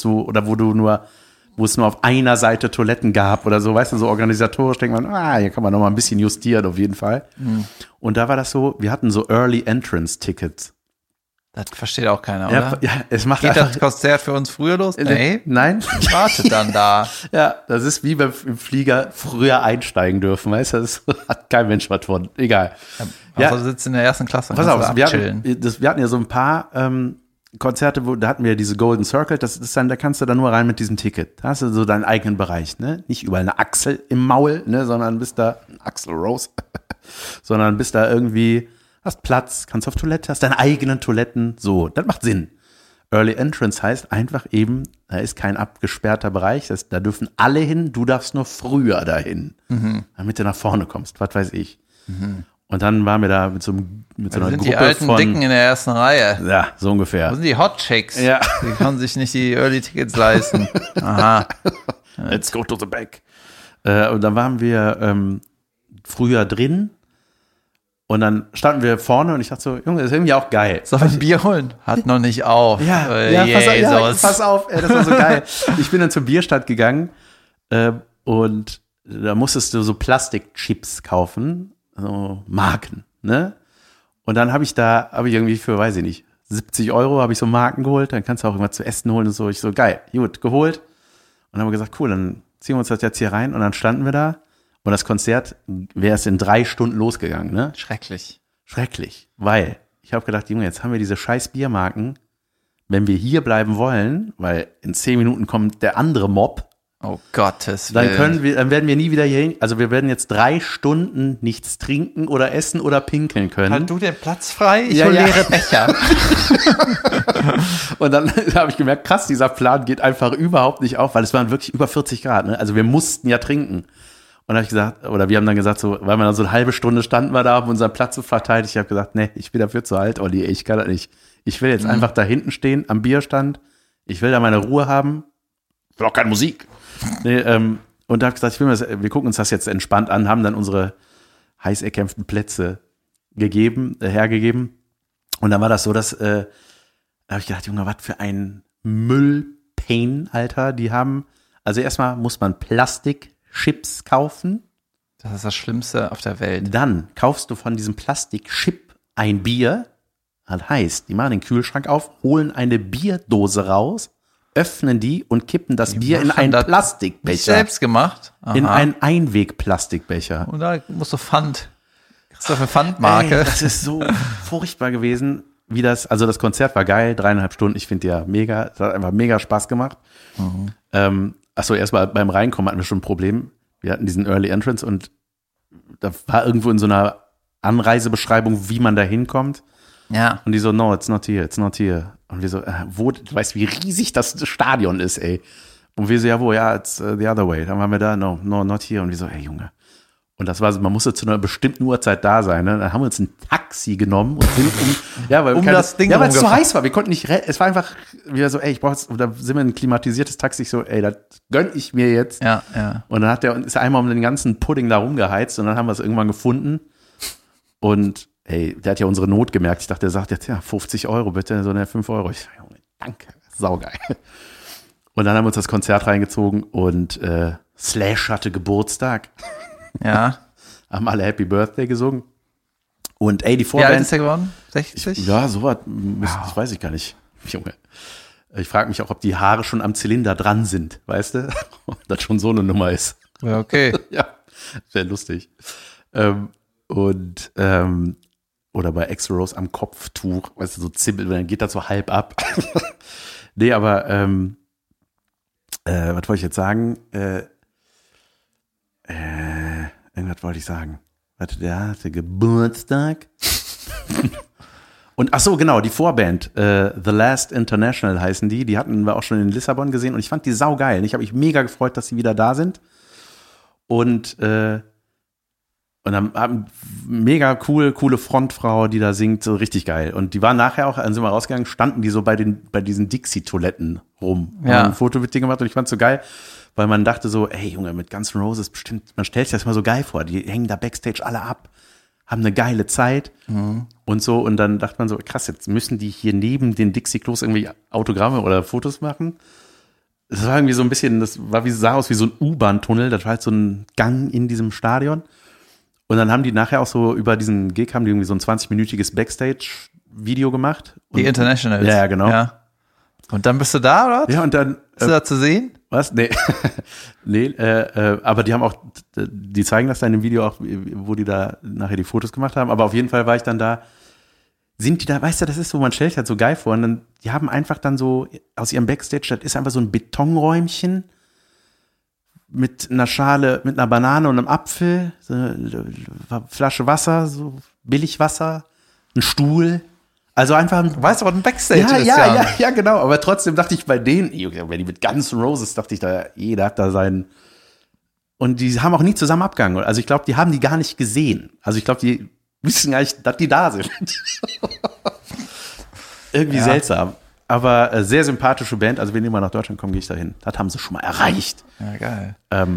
A: nur auf einer Seite Toiletten gab oder so, weißt du, so organisatorisch denkt man, hier kann man noch mal ein bisschen justieren auf jeden Fall. Mhm. Und da war das so, wir hatten so Early Entrance Tickets.
B: Das versteht auch keiner, oder?
A: Ja, es macht
B: Geht das Konzert für uns früher los? Nee.
A: Nein.
B: Wartet dann da.
A: Ja, das ist wie beim Flieger früher einsteigen dürfen, weißt du, das hat kein Mensch was von. Egal.
B: Also sitzt in der ersten Klasse.
A: Pass auf, wir hatten ja so ein paar Konzerte, da hatten wir diese Golden Circle, das ist dann, da kannst du dann nur rein mit diesem Ticket. Da hast du so deinen eigenen Bereich, ne? Nicht überall eine Achsel im Maul, ne, sondern bist da, Axel Rose, sondern bist da irgendwie, hast Platz, kannst auf Toilette, hast deine eigenen Toiletten, so, das macht Sinn. Early Entrance heißt einfach eben, da ist kein abgesperrter Bereich, da dürfen alle hin, du darfst nur früher dahin, damit du nach vorne kommst, was weiß ich. Mhm. Und dann waren wir da mit so einer Gruppe
B: die alten
A: von
B: Dicken in der ersten Reihe.
A: Ja, so ungefähr.
B: Wo sind die Hot Chicks?
A: Ja.
B: Die können sich nicht die Early Tickets leisten. Aha.
A: Let's go to the back. Und dann waren wir früher drin und dann standen wir vorne und ich dachte so, Junge, das ist irgendwie auch geil.
B: Soll ich ein Bier holen? Hat noch nicht auf.
A: Pass auf, das war so geil. Ich bin dann zum Bierstand gegangen und da musstest du so Plastikchips kaufen. So Marken, ne? Und dann habe ich irgendwie für, weiß ich nicht, 70 € habe ich so Marken geholt, dann kannst du auch irgendwas zu essen holen und so. Ich so, geil, gut, geholt. Und dann haben wir gesagt, cool, dann ziehen wir uns das jetzt hier rein und dann standen wir da und das Konzert wäre es in 3 Stunden losgegangen, ne?
B: Schrecklich,
A: weil ich habe gedacht, Junge, jetzt haben wir diese scheiß Biermarken, wenn wir hier bleiben wollen, weil in 10 Minuten kommt der andere Mob.
B: Oh Gottes Willen.
A: Dann werden wir nie wieder hier hin. Also wir werden jetzt 3 Stunden nichts trinken oder essen oder pinkeln können.
B: Halt du den Platz frei? Ich hole leere Becher.
A: Und dann habe ich gemerkt, krass, dieser Plan geht einfach überhaupt nicht auf, weil es waren wirklich über 40 Grad. Ne? Also wir mussten ja trinken. Und dann habe ich gesagt, oder wir haben dann gesagt, so, weil wir dann so eine halbe Stunde standen wir da, haben unseren Platz verteilt. Ich habe gesagt, nee, ich bin dafür zu alt, Olli, ich kann das nicht. Ich will jetzt einfach da hinten stehen am Bierstand. Ich will da meine Ruhe haben. Ich will auch keine Musik. Nee, und da habe ich gesagt, wir gucken uns das jetzt entspannt an, haben dann unsere heiß erkämpften Plätze hergegeben. Und dann war das so, dass, da habe ich gedacht, Junge, was für ein Müllpain, Alter. Die haben, also erstmal muss man Plastikchips kaufen.
B: Das ist das Schlimmste auf der Welt.
A: Dann kaufst du von diesem Plastikchip ein Bier. Das heißt, die machen den Kühlschrank auf, holen eine Bierdose raus, öffnen die und kippen das Bier in einen Plastikbecher.
B: Nicht selbst gemacht? Aha.
A: In einen Einwegplastikbecher.
B: Und da musst du kriegst du eine Pfandmarke.
A: Das ist so furchtbar gewesen, wie also das Konzert war geil, 3,5 Stunden, ich finde ja mega, es hat einfach mega Spaß gemacht. Achso, erstmal beim Reinkommen hatten wir schon ein Problem. Wir hatten diesen Early Entrance und da war irgendwo in so einer Anreisebeschreibung, wie man da hinkommt.
B: Ja.
A: Und die so, no, it's not here, it's not here. Und wir so, du weißt, wie riesig das Stadion ist, ey. Und wir so, ja, wo? Ja, it's the other way. Dann waren wir da, no, not here. Und wir so, ey, Junge. Und das war so, man musste zu einer bestimmten Uhrzeit da sein, ne? Dann haben wir uns ein Taxi genommen und sind
B: das Ding
A: weil es so heiß war. Wir konnten nicht, es war einfach wieder so, ey, ich brauche jetzt, da sind wir in ein klimatisiertes Taxi, ich so, ey, das gönn ich mir jetzt.
B: Ja, ja.
A: Und dann ist er einmal um den ganzen Pudding da rumgeheizt und dann haben wir es irgendwann gefunden. Und ey, der hat ja unsere Not gemerkt. Ich dachte, der sagt jetzt, ja, 50 € bitte, so eine 5 €. Ich sag, Junge, danke, saugeil. Und dann haben wir uns das Konzert reingezogen und Slash hatte Geburtstag.
B: Ja.
A: Haben alle Happy Birthday gesungen. Und ey, die
B: Wie
A: Vorband.
B: alt ist der geworden? 60?
A: Ja, so was, das weiß ich gar nicht. Junge. Ich frage mich auch, ob die Haare schon am Zylinder dran sind, weißt du? Ob das schon so eine Nummer ist.
B: Ja, okay.
A: Ja, wäre lustig. Oder bei X-Rose am Kopftuch, weißt du, so zibbelt, dann geht das so halb ab. Nee, aber was wollte ich jetzt sagen? Irgendwas wollte ich sagen. Warte, der hatte Geburtstag. Und ach so, genau, die Vorband, The Last International heißen die. Die hatten wir auch schon in Lissabon gesehen und ich fand die saugeil. Ich habe mich mega gefreut, dass sie wieder da sind. Und dann haben mega coole Frontfrau, die da singt, so richtig geil. Und die waren nachher auch, dann sind wir rausgegangen, standen die so bei diesen Dixie-Toiletten rum.
B: Ja.
A: Haben ein Foto mit denen gemacht und ich fand's so geil, weil man dachte so, ey Junge, mit Guns N' Roses bestimmt, man stellt sich das mal so geil vor, die hängen da Backstage alle ab, haben eine geile Zeit und so. Und dann dachte man so, krass, jetzt müssen die hier neben den Dixie-Klos irgendwie Autogramme oder Fotos machen. Das war irgendwie so ein bisschen, sah aus wie so ein U-Bahn-Tunnel, das war halt so ein Gang in diesem Stadion. Und dann haben die nachher auch so über diesen Gig, haben die irgendwie so ein 20-minütiges Backstage-Video gemacht. Und,
B: Die Internationals.
A: Ja, genau.
B: Ja. Und dann bist du da, oder?
A: Ja, und dann.
B: Bist du da zu sehen?
A: Was? Nee. Nee, aber die haben auch, die zeigen das dann im Video auch, wo die da nachher die Fotos gemacht haben. Aber auf jeden Fall war ich dann da. Sind die da, weißt du, das ist so, man stellt sich halt so geil vor. Und dann, die haben einfach dann so aus ihrem Backstage, das ist einfach so ein Betonräumchen mit einer Schale, mit einer Banane und einem Apfel, so eine Flasche Wasser, so Billigwasser, ein Stuhl. Also einfach ein.
B: Weißt du, was ein Backstage ist?
A: Ja, genau. Aber trotzdem dachte ich bei denen, wenn die mit Guns N' Roses, dachte ich da, jeder hat da seinen. Und die haben auch nie zusammen abgehangen. Also ich glaube, die haben die gar nicht gesehen. Also ich glaube, die wissen gar nicht, dass die da sind. Irgendwie seltsam. Aber sehr sympathische Band. Also wenn die mal nach Deutschland kommen, gehe ich da hin. Das haben sie schon mal erreicht.
B: Ja, geil.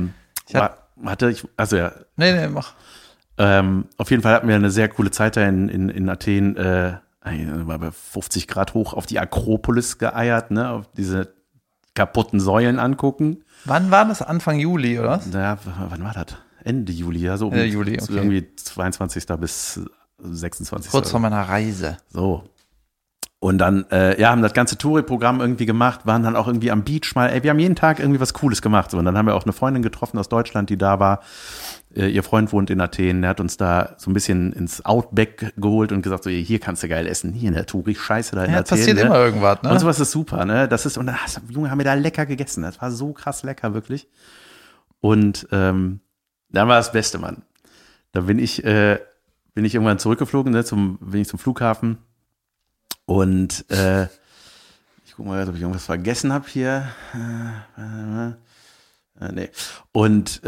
B: Nee, mach.
A: Auf jeden Fall hatten wir eine sehr coole Zeit da in Athen. War bei 50 Grad hoch auf die Akropolis geeiert, ne? Auf diese kaputten Säulen angucken.
B: Wann war das? Anfang Juli, oder was?
A: Naja, wann war das? Ende Juli, ja. So
B: Juli, okay.
A: Irgendwie 22. bis 26.
B: Kurz vor meiner Reise.
A: So. Und dann, haben das ganze Touri-Programm irgendwie gemacht, waren dann auch irgendwie am Beach mal, wir haben jeden Tag irgendwie was Cooles gemacht. So. Und dann haben wir auch eine Freundin getroffen aus Deutschland, die da war. Ihr Freund wohnt in Athen, der hat uns da so ein bisschen ins Outback geholt und gesagt, so, hier kannst du geil essen, hier in der Touri-Scheiße da in Athen.
B: Passiert immer irgendwas, ne?
A: Und sowas ist super, ne? Und dann, Junge, haben wir da lecker gegessen. Das war so krass lecker, wirklich. Und dann war das Beste, Mann. Da bin ich irgendwann zurückgeflogen, ne, bin ich zum Flughafen. Und ich gucke mal, ob ich irgendwas vergessen habe hier. Nee. Und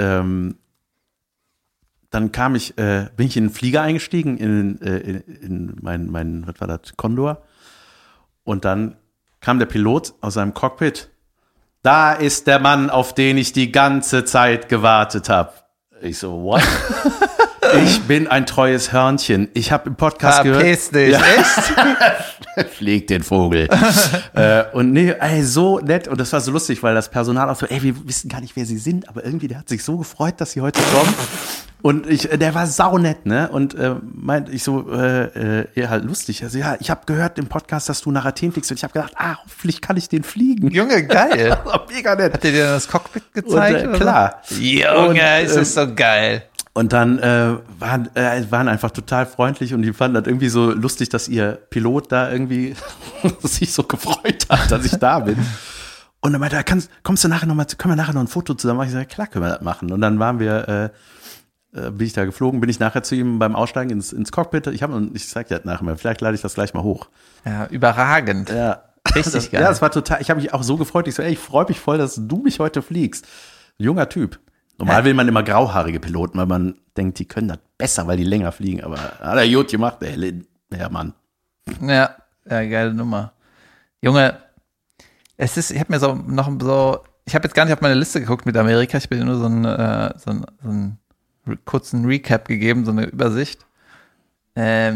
A: dann bin ich in den Flieger eingestiegen, in mein, was war das, Condor. Und dann kam der Pilot aus seinem Cockpit. Da ist der Mann, auf den ich die ganze Zeit gewartet habe. Ich so, what? Ich bin ein treues Hörnchen. Ich habe im Podcast gehört.
B: Verpiss dich, echt?
A: Flieg den Vogel. Und nee, ey, so nett. Und das war so lustig, weil das Personal auch so, ey, wir wissen gar nicht, wer sie sind, aber irgendwie, der hat sich so gefreut, dass sie heute kommen. Und der war saunett, ne? Und meinte ich so, halt lustig. Also ja, ich habe gehört im Podcast, dass du nach Athen fliegst. Und ich habe gedacht, hoffentlich kann ich den fliegen.
B: Junge, geil.
A: Mega nett.
B: Hat der dir das Cockpit gezeigt?
A: Und, klar.
B: Junge, es ist so geil.
A: Und dann waren einfach total freundlich und die fanden das irgendwie so lustig, dass ihr Pilot da irgendwie sich so gefreut hat, dass ich da bin. Und dann meinte er, kommst du nachher können wir nachher noch ein Foto zusammen machen? Ich sage, klar, können wir das machen. Und dann bin ich da geflogen, bin ich nachher zu ihm beim Aussteigen ins Cockpit. Ich zeig dir das nachher mal, vielleicht lade ich das gleich mal hoch.
B: Ja, überragend.
A: Ja.
B: Richtig geil.
A: Ja, es war total, ich habe mich auch so gefreut. Ich so, ey, ich freue mich voll, dass du mich heute fliegst. Ein junger Typ. Normal will man immer grauhaarige Piloten, weil man denkt, die können das besser, weil die länger fliegen. Aber hat er gut gemacht, der Mann.
B: Ja, geile Nummer. Junge, ich habe jetzt gar nicht auf meine Liste geguckt mit Amerika. Ich bin dir nur so einen kurzen Recap gegeben, so eine Übersicht.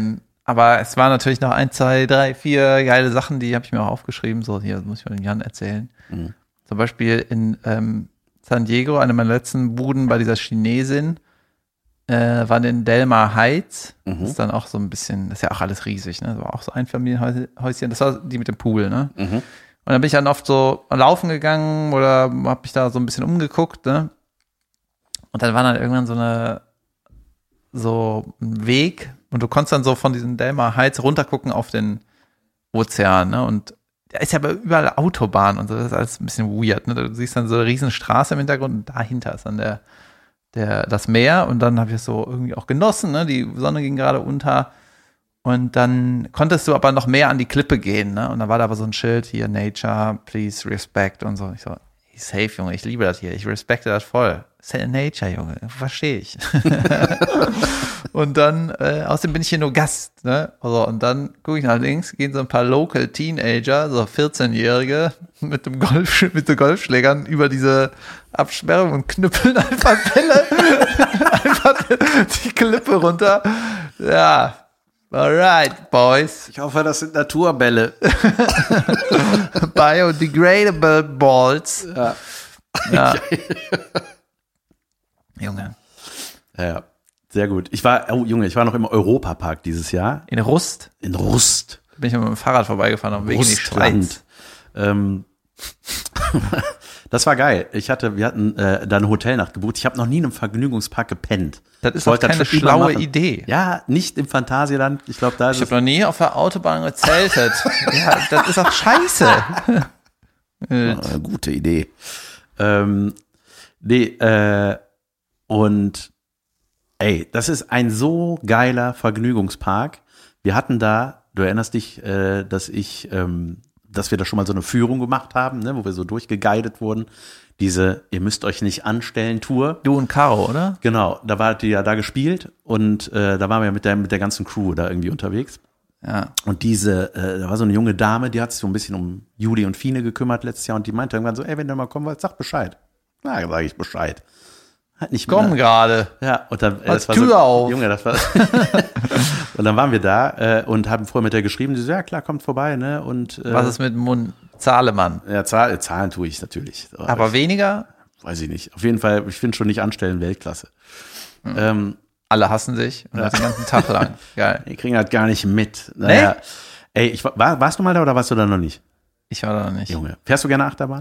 B: Aber es waren natürlich noch 1, 2, 3, 4 geile Sachen, die habe ich mir auch aufgeschrieben. So, hier muss ich mal den Jan erzählen.
A: Mhm.
B: Zum Beispiel in San Diego, eine meiner letzten Buden bei dieser Chinesin, waren in Delmar Heights. Das ist dann auch so ein bisschen, das ist ja auch alles riesig, ne? Das war auch so ein Familienhäuschen. Das war die mit dem Pool, ne?
A: Mhm.
B: Und dann bin ich dann oft so laufen gegangen oder habe mich da so ein bisschen umgeguckt, ne? Und dann war dann irgendwann so ein Weg und du konntest dann so von diesen Delmar Heights runtergucken auf den Ozean, ne? Und da ist ja aber überall Autobahn und so, das ist alles ein bisschen weird, ne? Du siehst dann so eine riesen Straße im Hintergrund und dahinter ist dann das Meer und dann habe ich es so irgendwie auch genossen, ne? Die Sonne ging gerade unter und dann konntest du aber noch mehr an die Klippe gehen, ne? Und dann war da aber so ein Schild hier, Nature, please respect und so. Ich so, safe, Junge, ich liebe das hier, ich respekte das voll. Nature, Junge, verstehe ich. Und dann, außerdem bin ich hier nur Gast, ne? Also, und dann gucke ich nach links, gehen so ein paar Local Teenager, so 14-Jährige, mit so Golfschlägern über diese Absperrung und knüppeln einfach Bälle, einfach die Klippe runter. Ja, alright, boys.
A: Ich hoffe, das sind Naturbälle.
B: Biodegradable Balls.
A: Ja.
B: Ja. Junge.
A: Ja, sehr gut. Ich war noch im Europapark dieses Jahr.
B: In Rust?
A: In Rust.
B: Bin ich mit dem Fahrrad vorbeigefahren auf dem Weg in die Schweiz.
A: Das war geil. Wir hatten da eine Hotelnacht gebucht. Ich habe noch nie in einem Vergnügungspark gepennt.
B: Das ist doch keine schlaue Idee.
A: Ja, nicht im Phantasialand. Ich glaube, da ist
B: Ich habe noch nie auf der Autobahn gezeltet. Ja, das ist doch scheiße.
A: eine gute Idee. Und ey, das ist ein so geiler Vergnügungspark. Wir hatten da, du erinnerst dich, dass wir da schon mal so eine Führung gemacht haben, ne, wo wir so durchgeguidet wurden. Diese ihr müsst euch nicht anstellen Tour.
B: Du und Caro, oder?
A: Genau, da wart ihr ja da gespielt und da waren wir mit der ganzen Crew da irgendwie unterwegs.
B: Ja.
A: Und da war so eine junge Dame, die hat sich so ein bisschen um Juli und Fine gekümmert letztes Jahr und die meinte irgendwann so, ey, wenn du mal kommen wollt, sag Bescheid. Na, sag ich Bescheid. Hat nicht
B: Komm gerade.
A: Ja, und dann
B: das war Tür so, auf.
A: Junge, das war und dann waren wir da und haben vorher mit der geschrieben, die so, ja klar, kommt vorbei, ne? Und
B: was ist mit Mund? Zahlemann.
A: Ja, Zahlen tue ich natürlich.
B: Aber weniger?
A: Weiß ich nicht. Auf jeden Fall, ich finde schon nicht anstellen Weltklasse.
B: Alle hassen sich und das den ganzen Tag lang. Geil.
A: Die kriegen halt gar nicht mit. Naja. Nee? Ey, warst du mal da oder warst du da noch nicht?
B: Ich war da noch nicht.
A: Junge, fährst du gerne Achterbahn?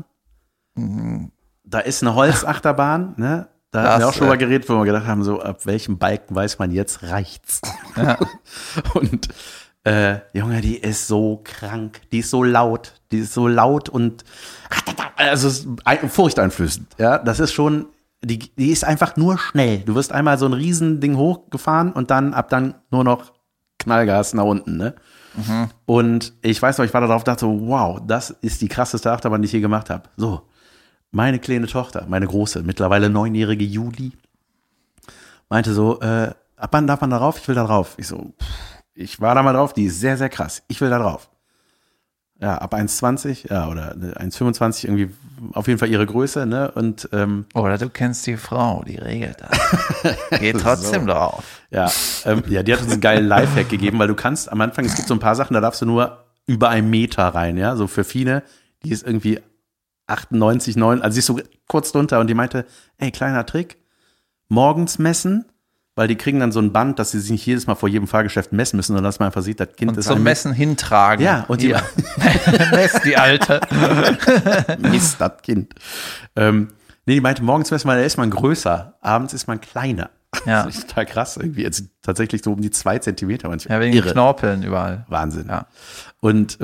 A: Da ist eine Holzachterbahn, ne? Da haben wir auch schon mal geredet, wo wir gedacht haben, so ab welchem Balken weiß man jetzt, reicht's. Ja. Und Junge, die ist so krank, die ist so laut und also furchteinflößend. Ja, das ist schon, die ist einfach nur schnell. Du wirst einmal so ein Riesending hochgefahren und ab dann nur noch Knallgas nach unten, ne? Mhm. Und ich weiß noch, ich war da drauf und dachte so, wow, das ist die krasseste Achterbahn, die ich je gemacht habe. So. Meine kleine Tochter, meine große, mittlerweile 9-jährige Juli, meinte so, ab wann darf man da drauf? Ich will da drauf. Ich so, ich war da mal drauf, die ist sehr, sehr krass. Ich will da drauf. Ja, ab 1,20, ja, oder 1,25 irgendwie, auf jeden Fall ihre Größe, ne, und,
B: oder du kennst die Frau, die regelt das. Geht trotzdem so drauf.
A: Ja, ja, die hat uns einen geilen Lifehack gegeben, weil du kannst am Anfang, es gibt so ein paar Sachen, da darfst du nur über 1 Meter rein, ja, so für Fine, die ist irgendwie 98, 9, also sie ist so kurz drunter und die meinte, ey, kleiner Trick, morgens messen, weil die kriegen dann so ein Band, dass sie sich nicht jedes Mal vor jedem Fahrgeschäft messen müssen, sondern dass man einfach sieht, das Kind
B: und
A: ist
B: zum Messen hintragen.
A: Ja, und die
B: Mess, die Alte.
A: Mist, das Kind. Nee, die meinte, morgens messen, weil da ist man größer, abends ist man kleiner.
B: Ja.
A: Das ist total krass irgendwie. Jetzt tatsächlich so um die 2 Zentimeter manchmal.
B: Ja, wegen den Knorpeln überall.
A: Wahnsinn.
B: Ja.
A: Und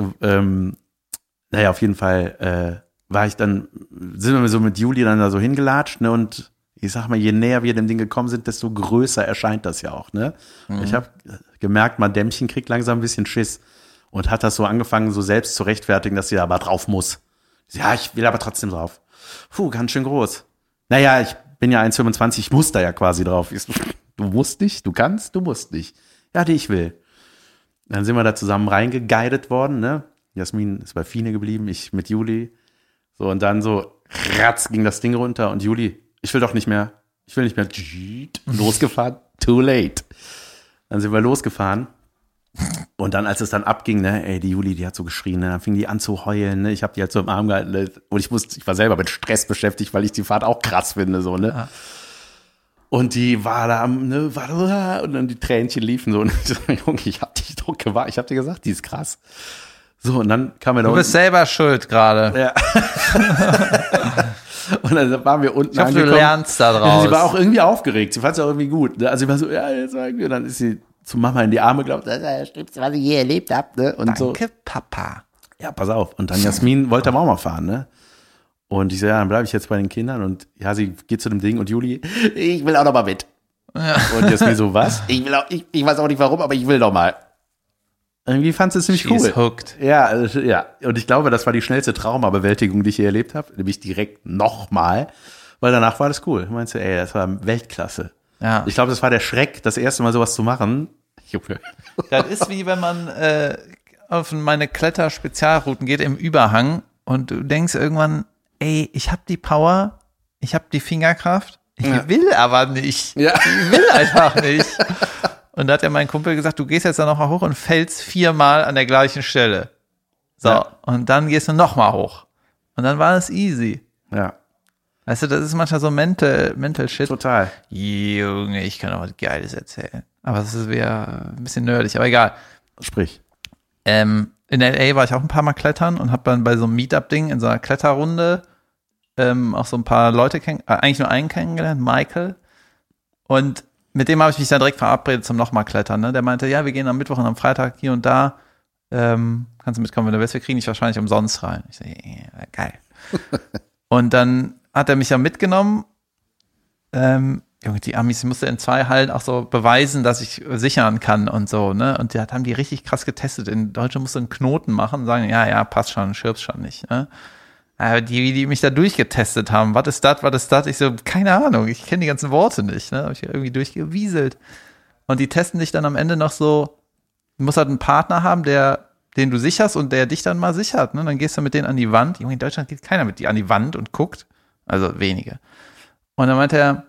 A: naja, auf jeden Fall sind wir so mit Juli dann da so hingelatscht, ne, und ich sag mal, je näher wir dem Ding gekommen sind, desto größer erscheint das ja auch, ne. Mhm. Ich habe gemerkt, mein Dämmchen kriegt langsam ein bisschen Schiss und hat das so angefangen, so selbst zu rechtfertigen, dass sie da aber drauf muss. Ja, ich will aber trotzdem drauf. Puh, ganz schön groß. Naja, ich bin ja 1,25, ich muss da ja quasi drauf. Ich so, du musst nicht, du kannst, du musst nicht. Ja, ich will. Dann sind wir da zusammen reingeguidet worden, ne. Jasmin ist bei Fine geblieben, ich mit Juli. So, und dann so, ratz, ging das Ding runter und Juli, ich will nicht mehr, losgefahren, too late. Dann sind wir losgefahren Und dann, als es dann abging, ne, ey, die Juli, die hat so geschrien, ne, dann fing die an zu heulen, ne, ich habe die halt so im Arm gehalten, ne, und ich war selber mit Stress beschäftigt, weil ich die Fahrt auch krass finde, so, ne. Ja. Und die war da und dann die Tränchen liefen so, und ich so, Junge, ich hab dich doch gewarnt, ich hab dir gesagt, die ist krass. So, und dann kam er da
B: Du bist selber schuld gerade.
A: Ja. Und dann waren wir unten
B: angekommen. Du lernst da draus.
A: Sie war auch irgendwie aufgeregt, sie fand es auch irgendwie gut, ne? Also sie war so, ja, jetzt war irgendwie, und dann ist sie zu Mama in die Arme gelaufen, das ist das Schlimmste, was ich je erlebt habe, ne? Und
B: Danke,
A: so.
B: Papa.
A: Ja, pass auf. Und dann Jasmin wollte am auch mal fahren, ne? Und ich so, ja, dann bleibe ich jetzt bei den Kindern. Und ja, sie geht zu dem Ding und Juli, ich will auch noch mal mit. Ja. Und Jasmin so, was? Ich weiß auch nicht warum, aber ich will noch mal. Irgendwie fand sie es ziemlich cool.
B: Hooked.
A: Ja, also, ja. Und ich glaube, das war die schnellste Traumabewältigung, die ich je erlebt habe. Nämlich direkt nochmal. Weil danach war das cool. Ich meinte, ey, das war Weltklasse. Ja. Ich glaube, das war der Schreck, das erste Mal sowas zu machen. Junge.
B: Das ist wie wenn man auf meine Kletter-Spezialrouten geht im Überhang und du denkst irgendwann, ey, ich habe die Power, ich habe die Fingerkraft, ich will aber nicht. Ja. Ich will einfach nicht. Und da hat ja mein Kumpel gesagt, du gehst jetzt da nochmal hoch und fällst 4-mal an der gleichen Stelle. So, ja. Und dann gehst du nochmal hoch. Und dann war es easy.
A: Ja.
B: Weißt du, das ist manchmal so Mental Shit.
A: Total.
B: Junge, ich kann auch was Geiles erzählen. Aber das wäre ein bisschen nerdig, aber egal.
A: Sprich.
B: In L.A. war ich auch ein paar Mal klettern und habe dann bei so einem Meetup-Ding in so einer Kletterrunde auch so ein paar Leute eigentlich nur einen kennengelernt, Michael. Und mit dem habe ich mich dann direkt verabredet zum nochmal Klettern. Ne? Der meinte, ja, wir gehen am Mittwoch und am Freitag hier und da. Kannst du mitkommen, wenn du willst, wir kriegen dich wahrscheinlich umsonst rein. Ich sage, ja, geil. Und dann hat er mich ja mitgenommen. Junge, die Amis musste in 2 Hallen auch so beweisen, dass ich sichern kann und so, ne? Und da haben die richtig krass getestet. In Deutschland musst du einen Knoten machen und sagen, ja, passt schon, stirbst schon nicht, ne? Aber die mich da durchgetestet haben, was ist das? Ich so, keine Ahnung, ich kenne die ganzen Worte nicht, ne? Hab ich irgendwie durchgewieselt. Und die testen dich dann am Ende noch so, du musst halt einen Partner haben, den du sicherst und der dich dann mal sichert, ne? Dann gehst du mit denen an die Wand. Junge, in Deutschland geht keiner mit dir an die Wand und guckt. Also wenige. Und dann meinte er,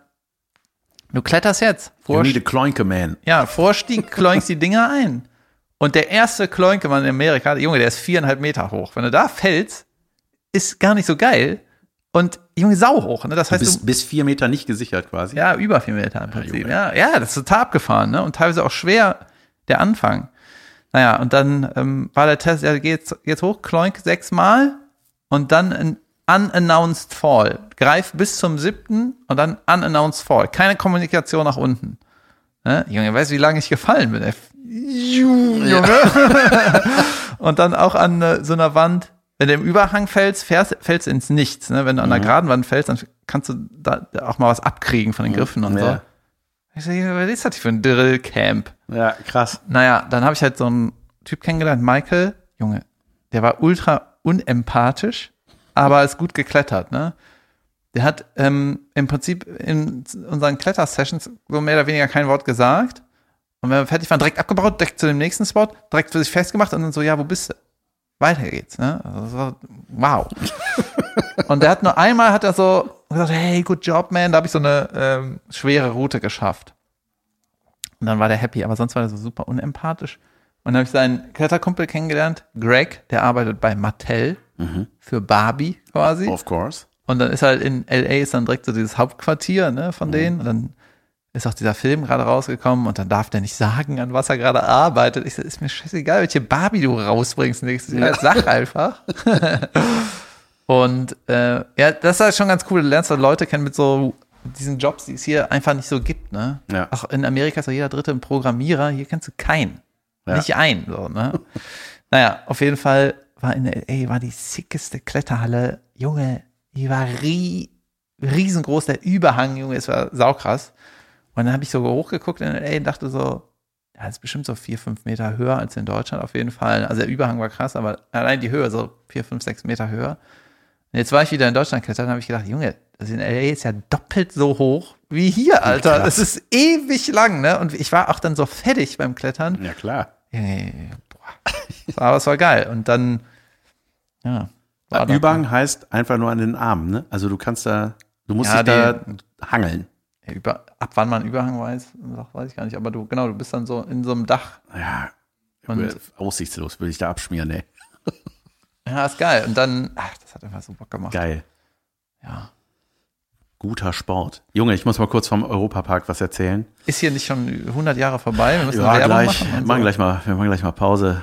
B: du kletterst jetzt.
A: You need a Kloinke-Man.
B: Ja, Vorstieg, kloinkst die Dinger ein. Und der erste Kloinke-Mann in Amerika, Junge, der ist 4,5 Meter hoch. Wenn du da fällst, ist gar nicht so geil. Und, Junge, sau hoch. Ne? Das heißt,
A: du bis 4 Meter nicht gesichert quasi.
B: Ja, über 4 Meter im Prinzip. Ja, das ist total abgefahren. Ne? Und teilweise auch schwer der Anfang. Naja, und dann war der Test, ja, geht jetzt hoch, kloink 6-mal und dann ein unannounced Fall. Greif bis zum 7. und dann unannounced Fall. Keine Kommunikation nach unten. Ne? Junge, weißt du, wie lange ich gefallen bin? Junge. Ja. Und dann auch an so einer Wand, wenn du im Überhang fällst du ins Nichts. Ne? Wenn du an einer geraden Wand fällst, dann kannst du da auch mal was abkriegen von den Griffen und so. Ich so, was ist das für ein Drillcamp?
A: Ja, krass.
B: Naja, dann habe ich halt so einen Typ kennengelernt, Michael, Junge, der war ultra unempathisch, aber ist gut geklettert, ne? Der hat im Prinzip in unseren Klettersessions so mehr oder weniger kein Wort gesagt. Und wenn wir fertig waren, direkt abgebaut, direkt zu dem nächsten Spot, direkt für sich festgemacht und dann so, ja, wo bist du? Weiter geht's, ne? Also, wow. Und der hat nur einmal, hat er so gesagt, hey, good job, man. Da habe ich so eine schwere Route geschafft. Und dann war der happy, aber sonst war der so super unempathisch. Und dann habe ich seinen Kletterkumpel kennengelernt, Greg, der arbeitet bei Mattel für Barbie quasi.
A: Of course.
B: Und dann ist halt in L.A. ist dann direkt so dieses Hauptquartier, ne, von denen. Und dann ist auch dieser Film gerade rausgekommen und dann darf der nicht sagen, an was er gerade arbeitet. Ich so, ist mir scheißegal, welche Barbie du rausbringst nächstes Jahr. Sag einfach. Und ja, das ist halt schon ganz cool. Du lernst halt Leute kennen mit so diesen Jobs, die es hier einfach nicht so gibt, ne? Ja. Auch in Amerika ist doch jeder Dritte ein Programmierer. Hier kennst du keinen. Ja. Nicht einen, so, ne? Naja, auf jeden Fall war in L.A. war die sickeste Kletterhalle. Junge, die war riesengroß. Der Überhang, Junge, es war saukrass. Und dann habe ich so hochgeguckt in L.A. und dachte so, ja, das ist bestimmt so 4-5 Meter höher als in Deutschland auf jeden Fall. Also der Überhang war krass, aber allein die Höhe so 4-5-6 Meter höher. Und jetzt war ich wieder in Deutschland klettern und habe ich gedacht, Junge, das in L.A. ist ja doppelt so hoch wie hier, Alter. Krass. Das ist ewig lang, ne? Und ich war auch dann so fertig beim Klettern.
A: Ja, klar.
B: Aber es war geil. Und dann, ja.
A: Überhang heißt einfach nur an den Armen, ne? Also du musst dich da hangeln.
B: Ab wann man Überhang weiß ich gar nicht. Aber du bist dann so in so einem Dach.
A: Ja,
B: Und
A: aussichtslos, würde ich da abschmieren, ey.
B: ja, ist geil. Und dann, das hat einfach so Bock gemacht.
A: Geil.
B: Ja.
A: Guter Sport. Junge, ich muss mal kurz vom Europapark was erzählen.
B: Ist hier nicht schon 100 Jahre vorbei? Wir müssen
A: Ja,
B: Werbung
A: gleich.
B: machen.
A: Wir machen gleich mal Pause.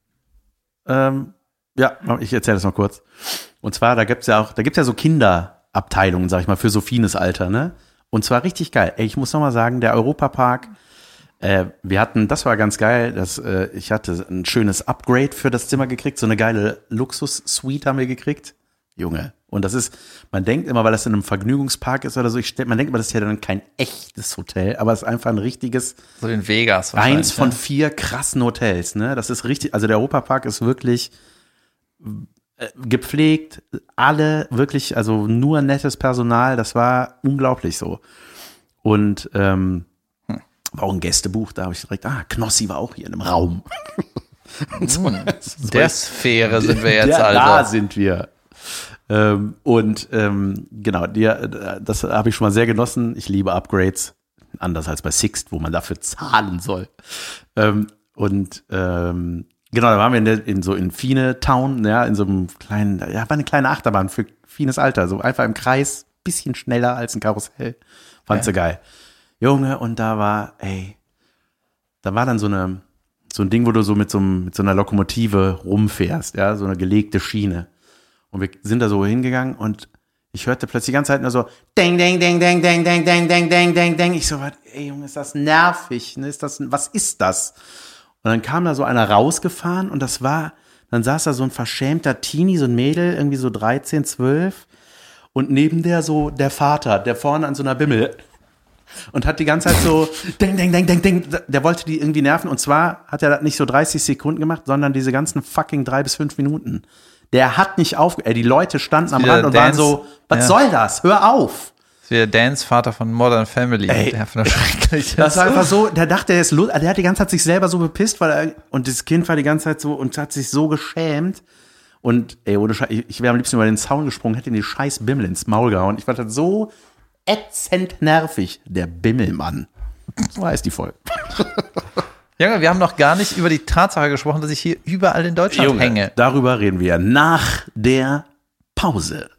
A: Ja, ich erzähle das noch kurz. Und zwar, da gibt's ja so Kinderabteilungen, sag ich mal, für Sophines Alter, ne? Und zwar richtig geil. Ey, ich muss noch mal sagen, der Europapark, das war ganz geil, ich hatte ein schönes Upgrade für das Zimmer gekriegt, so eine geile Luxus-Suite haben wir gekriegt. Junge. Und das ist, man denkt immer, weil das in einem Vergnügungspark ist oder so, man denkt immer, das ist ja dann kein echtes Hotel, aber es ist einfach ein richtiges.
B: So in Vegas.
A: Eins von 4 krassen Hotels, ne? Das ist richtig, also der Europapark ist wirklich gepflegt, alle wirklich, also nur nettes Personal, das war unglaublich so. Und, war auch ein Gästebuch, da habe ich direkt, Knossi war auch hier in einem Raum.
B: Der Sphäre sind wir jetzt also.
A: Da sind wir. Genau, das habe ich schon mal sehr genossen. Ich liebe Upgrades, anders als bei Sixt, wo man dafür zahlen soll. Genau, da waren wir in Fine Town, ja, in so einem kleinen, ja, war eine kleine Achterbahn für Fines Alter, so einfach im Kreis, bisschen schneller als ein Karussell. Fand sie geil. Junge, und da war dann so ein Ding, wo du so mit so einer Lokomotive rumfährst, ja, so eine gelegte Schiene. Und wir sind da so hingegangen und ich hörte plötzlich die ganze Zeit nur so ding, ding, ding, ding, ding, ding, ding, ding, ding, ding, ding. Ich so, ey Junge, ist das nervig, ne? Was ist das? Und dann kam da so einer rausgefahren und dann saß da so ein verschämter Teenie, so ein Mädel, irgendwie so 13, 12 und neben der so der Vater, der vorne an so einer Bimmel und hat die ganze Zeit so ding, ding, ding, ding, ding. Der wollte die irgendwie nerven und zwar hat er das nicht so 30 Sekunden gemacht, sondern diese ganzen fucking 3 bis 5 Minuten. Der hat nicht die Leute standen am Rand und waren so, was soll das? Hör auf!
B: Das ist wie der Dance-Vater von Modern Family.
A: Ey,
B: der von der schrecklich
A: das war einfach so, der dachte, der hat die ganze Zeit sich selber so bepisst, und das Kind war die ganze Zeit so und hat sich so geschämt. Und ey, ohne Scheiß, ich wäre am liebsten über den Zaun gesprungen, hätte ihm die scheiß Bimmel ins Maul gehauen. Ich fand das so ätzend nervig, der Bimmelmann. So heißt die Folge.
B: Junge, wir haben noch gar nicht über die Tatsache gesprochen, dass ich hier überall in Deutschland hänge.
A: Darüber reden wir nach der Pause.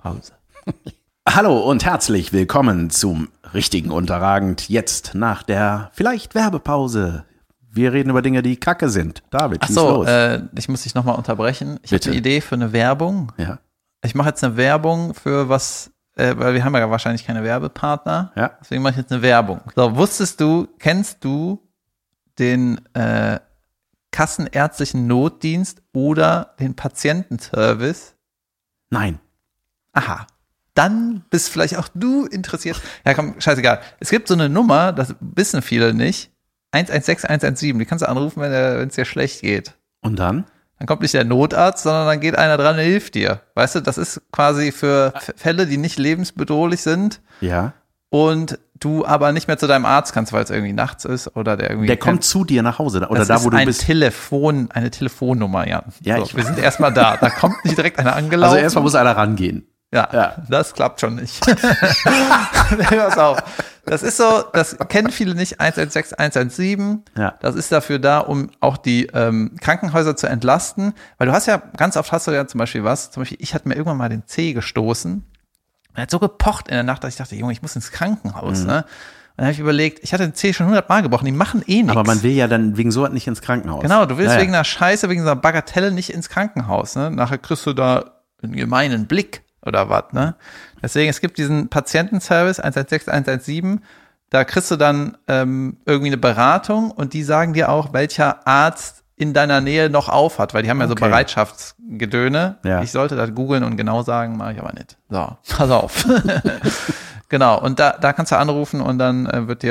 A: Hallo und herzlich willkommen zum richtigen Unterragend. Jetzt nach der vielleicht Werbepause. Wir reden über Dinge, die Kacke sind. David, schieß los.
B: Ich muss dich nochmal unterbrechen. Ich habe
A: Bitte.
B: eine Idee für eine Werbung.
A: Ja.
B: Ich mache jetzt eine Werbung für was, weil wir haben ja wahrscheinlich keine Werbepartner.
A: Ja.
B: Deswegen mache ich jetzt eine Werbung. So, kennst du den kassenärztlichen Notdienst oder den Patientenservice?
A: Nein.
B: Aha. Dann bist vielleicht auch du interessiert. Ja, komm, scheißegal. Es gibt so eine Nummer, das wissen viele nicht. 116 117. Die kannst du anrufen, wenn es dir schlecht geht.
A: Und dann?
B: Dann kommt nicht der Notarzt, sondern dann geht einer dran und hilft dir. Weißt du, das ist quasi für Fälle, die nicht lebensbedrohlich sind.
A: Ja.
B: Und du aber nicht mehr zu deinem Arzt kannst, weil es irgendwie nachts ist oder der irgendwie.
A: Der kommt zu dir nach Hause oder
B: das
A: da,
B: ist
A: wo du bist.
B: Eine Telefonnummer, Jan.
A: Ja,
B: so, wir sind erstmal da. Da kommt nicht direkt einer angelaufen.
A: Also erstmal muss einer rangehen.
B: Ja, das klappt schon nicht. Pass auf. Das ist so, das kennen viele nicht, 116, 117.
A: Ja.
B: Das ist dafür da, um auch die Krankenhäuser zu entlasten. Weil du hast ja, ganz oft hast du ja zum Beispiel ich hatte mir irgendwann mal den Zeh gestoßen. Er hat so gepocht in der Nacht, dass ich dachte, Junge, ich muss ins Krankenhaus, ne? Und dann habe ich überlegt, ich hatte den Zeh schon 100 Mal gebrochen, die machen eh nichts.
A: Aber man will ja dann wegen so was nicht ins Krankenhaus.
B: Genau, du willst wegen einer Scheiße, wegen so einer Bagatelle nicht ins Krankenhaus, ne? Nachher kriegst du da einen gemeinen Blick oder was, ne? Deswegen, es gibt diesen Patientenservice 116, 117, da kriegst du dann irgendwie eine Beratung und die sagen dir auch, welcher Arzt in deiner Nähe noch auf hat, weil die haben ja so Bereitschaftsgedöne.
A: Ja.
B: Ich sollte das googeln und genau sagen, mache ich aber nicht. So, pass auf. Genau, und da kannst du anrufen und dann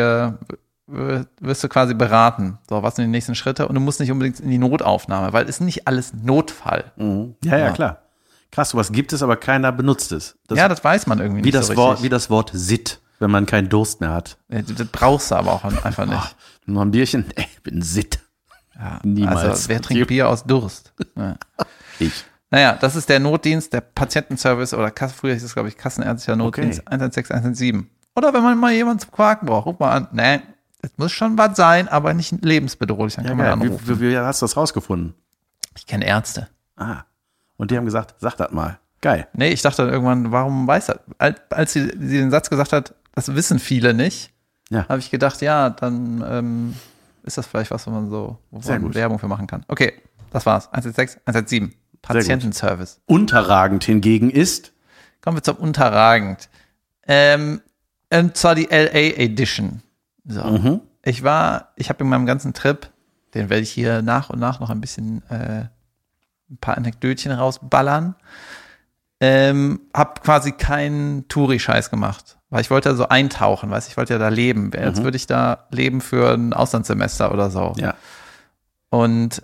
B: wirst du quasi beraten. So, was sind die nächsten Schritte? Und du musst nicht unbedingt in die Notaufnahme, weil es ist nicht alles Notfall.
A: Mhm. Ja, klar. Krass, sowas gibt es, aber keiner benutzt es.
B: Das weiß man irgendwie nicht so richtig.
A: Wie das Wort Sitt, wenn man keinen Durst mehr hat.
B: Das brauchst du aber auch einfach nicht.
A: Nur ein Bierchen, ich bin Sitt.
B: Ja,
A: niemals.
B: Also, wer trinkt Bier aus Durst? Ja.
A: Ich.
B: Naja, das ist der Notdienst, der Patientenservice oder früher hieß es, glaube ich, kassenärztlicher Notdienst 116, 117. Oder wenn man mal jemanden zum Quaken braucht, ruf mal an. Nee, das muss schon was sein, aber nicht lebensbedrohlich. Dann
A: Ja,
B: kann man
A: geil.
B: anrufen.
A: Wie hast du das rausgefunden?
B: Ich kenne Ärzte.
A: Ah. Und die haben gesagt, sag das mal. Geil.
B: Nee, ich dachte dann irgendwann, warum weiß er? Als sie den Satz gesagt hat, das wissen viele nicht,
A: Ja.
B: habe ich gedacht, ja, dann ist das vielleicht was, wo man Werbung für machen kann. Okay, das war's. 116, 117. Patientenservice.
A: Unterragend hingegen ist.
B: Kommen wir zum Unterragend. Und zwar die LA Edition. So. Ich habe in meinem ganzen Trip, den werde ich hier nach und nach noch ein bisschen ein paar Anekdötchen rausballern, habe quasi keinen Touri-Scheiß gemacht. Weil ich wollte da so eintauchen, weißt du, ich wollte ja da leben. Jetzt würde ich da leben für ein Auslandssemester oder so.
A: Ja.
B: Und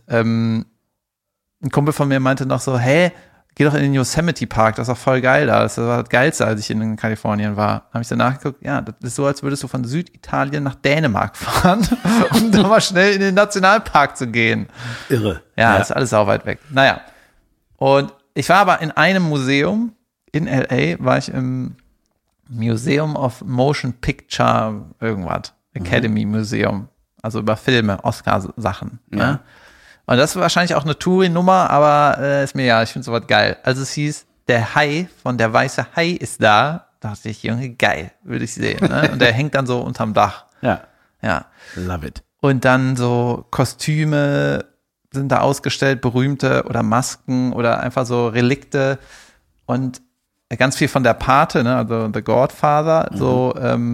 B: ein Kumpel von mir meinte noch so, hey, geh doch in den Yosemite Park, das ist doch voll geil da. Das war das Geilste, als ich in Kalifornien war. Habe ich dann nachgeguckt, ja, das ist so, als würdest du von Süditalien nach Dänemark fahren, um da mal schnell in den Nationalpark zu gehen.
A: Irre.
B: Ja, ist alles sau weit weg. Naja. Und ich war aber in einem Museum in L.A., war ich im Museum of Motion Picture irgendwas. Academy Museum. Also über Filme, Oscar-Sachen.
A: Ja.
B: Ne? Und das ist wahrscheinlich auch eine Touri-Nummer, aber ist mir ja, ich finde sowas geil. Also es hieß, der Hai von der weiße Hai ist da. Da dachte ich, Junge, geil, würde ich sehen. Ne? Und der hängt dann so unterm Dach.
A: Ja.
B: Ja.
A: Love it.
B: Und dann so Kostüme sind da ausgestellt, berühmte oder Masken oder einfach so Relikte und ganz viel von der Pate, ne, also The Godfather, so,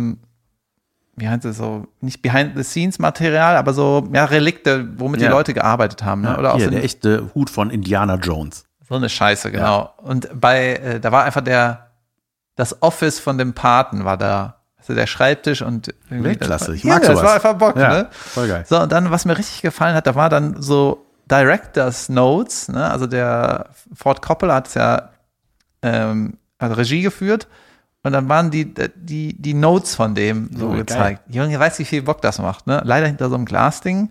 B: wie heißt es so, nicht Behind-the-Scenes-Material, aber so, ja, Relikte, womit die Leute gearbeitet haben, ne,
A: Ja,
B: oder auch
A: hier,
B: so
A: der echte Hut von Indiana Jones.
B: so eine Scheiße, genau. Und da war einfach das Office von dem Paten war da. Also der Schreibtisch und
A: Weltklasse, ich mag
B: sowas.
A: sowas.
B: Das war einfach Bock,
A: Ja,
B: ne?
A: voll geil.
B: So, und dann, was mir richtig gefallen hat, da war dann so Director's Notes, ne? Also der Ford Coppola hat es ja also Regie geführt und dann waren die Notes von dem so gezeigt. Geil. Junge, weißt du, wie viel Bock das macht, ne? Leider hinter so einem Glasding.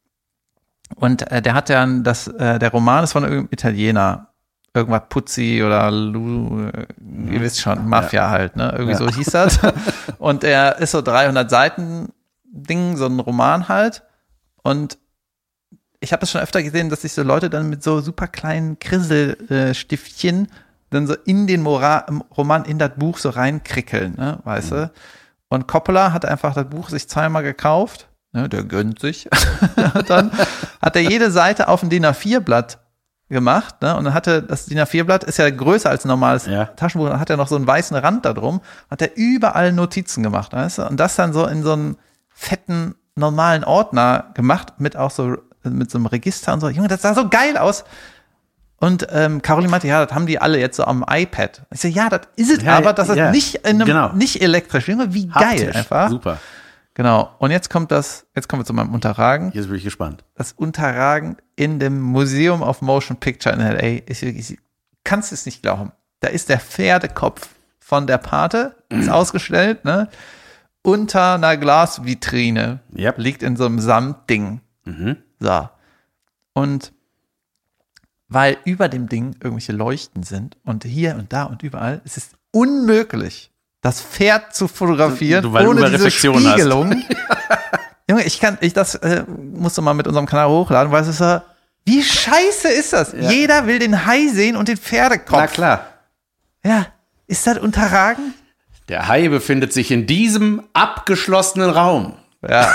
B: Und der hat ja der Roman ist von irgendeinem Italiener. Irgendwas Puzzi oder ihr wisst schon, Mafia halt, ne? Irgendwie so hieß das. Und er ist so 300 Seiten Ding, so ein Roman halt. Und ich habe das schon öfter gesehen, dass sich so Leute dann mit so super kleinen Krisselstiftchen dann so in den Roman, in das Buch so reinkrickeln, ne? Weißt du? Und Coppola hat einfach das Buch sich zweimal gekauft, ne? Der gönnt sich. Dann hat er jede Seite auf ein DIN A4-Blatt gemacht, ne? Und dann hatte das DIN A4-Blatt ist ja größer als ein normales Taschenbuch, dann hat er noch so einen weißen Rand da drum, hat er überall Notizen gemacht, weißt du? Und das dann so in so einen fetten, normalen Ordner gemacht, mit so einem Register und so. Junge, das sah so geil aus. Und Caroline meinte, ja, das haben die alle jetzt so am iPad. Ich so, ja, das ist es, aber das ist nicht nicht elektrisch. Junge, wie geil
A: Haptisch.
B: einfach.
A: Super.
B: Genau. Und jetzt kommen wir zu meinem Unterragen.
A: Jetzt bin ich gespannt.
B: Das Unterragen in dem Museum of Motion Picture in L.A. ist wirklich, kannst du es nicht glauben. Da ist der Pferdekopf von der Pate, ist ausgestellt, ne? Unter einer Glasvitrine.
A: Yep.
B: Liegt in so einem Samtding. So. Und weil über dem Ding irgendwelche Leuchten sind und hier und da und überall, es ist unmöglich, das Pferd zu fotografieren, ohne diese Spiegelung. Junge, das musst du mal mit unserem Kanal hochladen, weil es ist ja, wie scheiße ist das? Ja. Jeder will den Hai sehen und den Pferdekopf.
A: Na klar.
B: Ja, ist das Unterragen?
A: Der Hai befindet sich in diesem abgeschlossenen Raum.
B: Ja.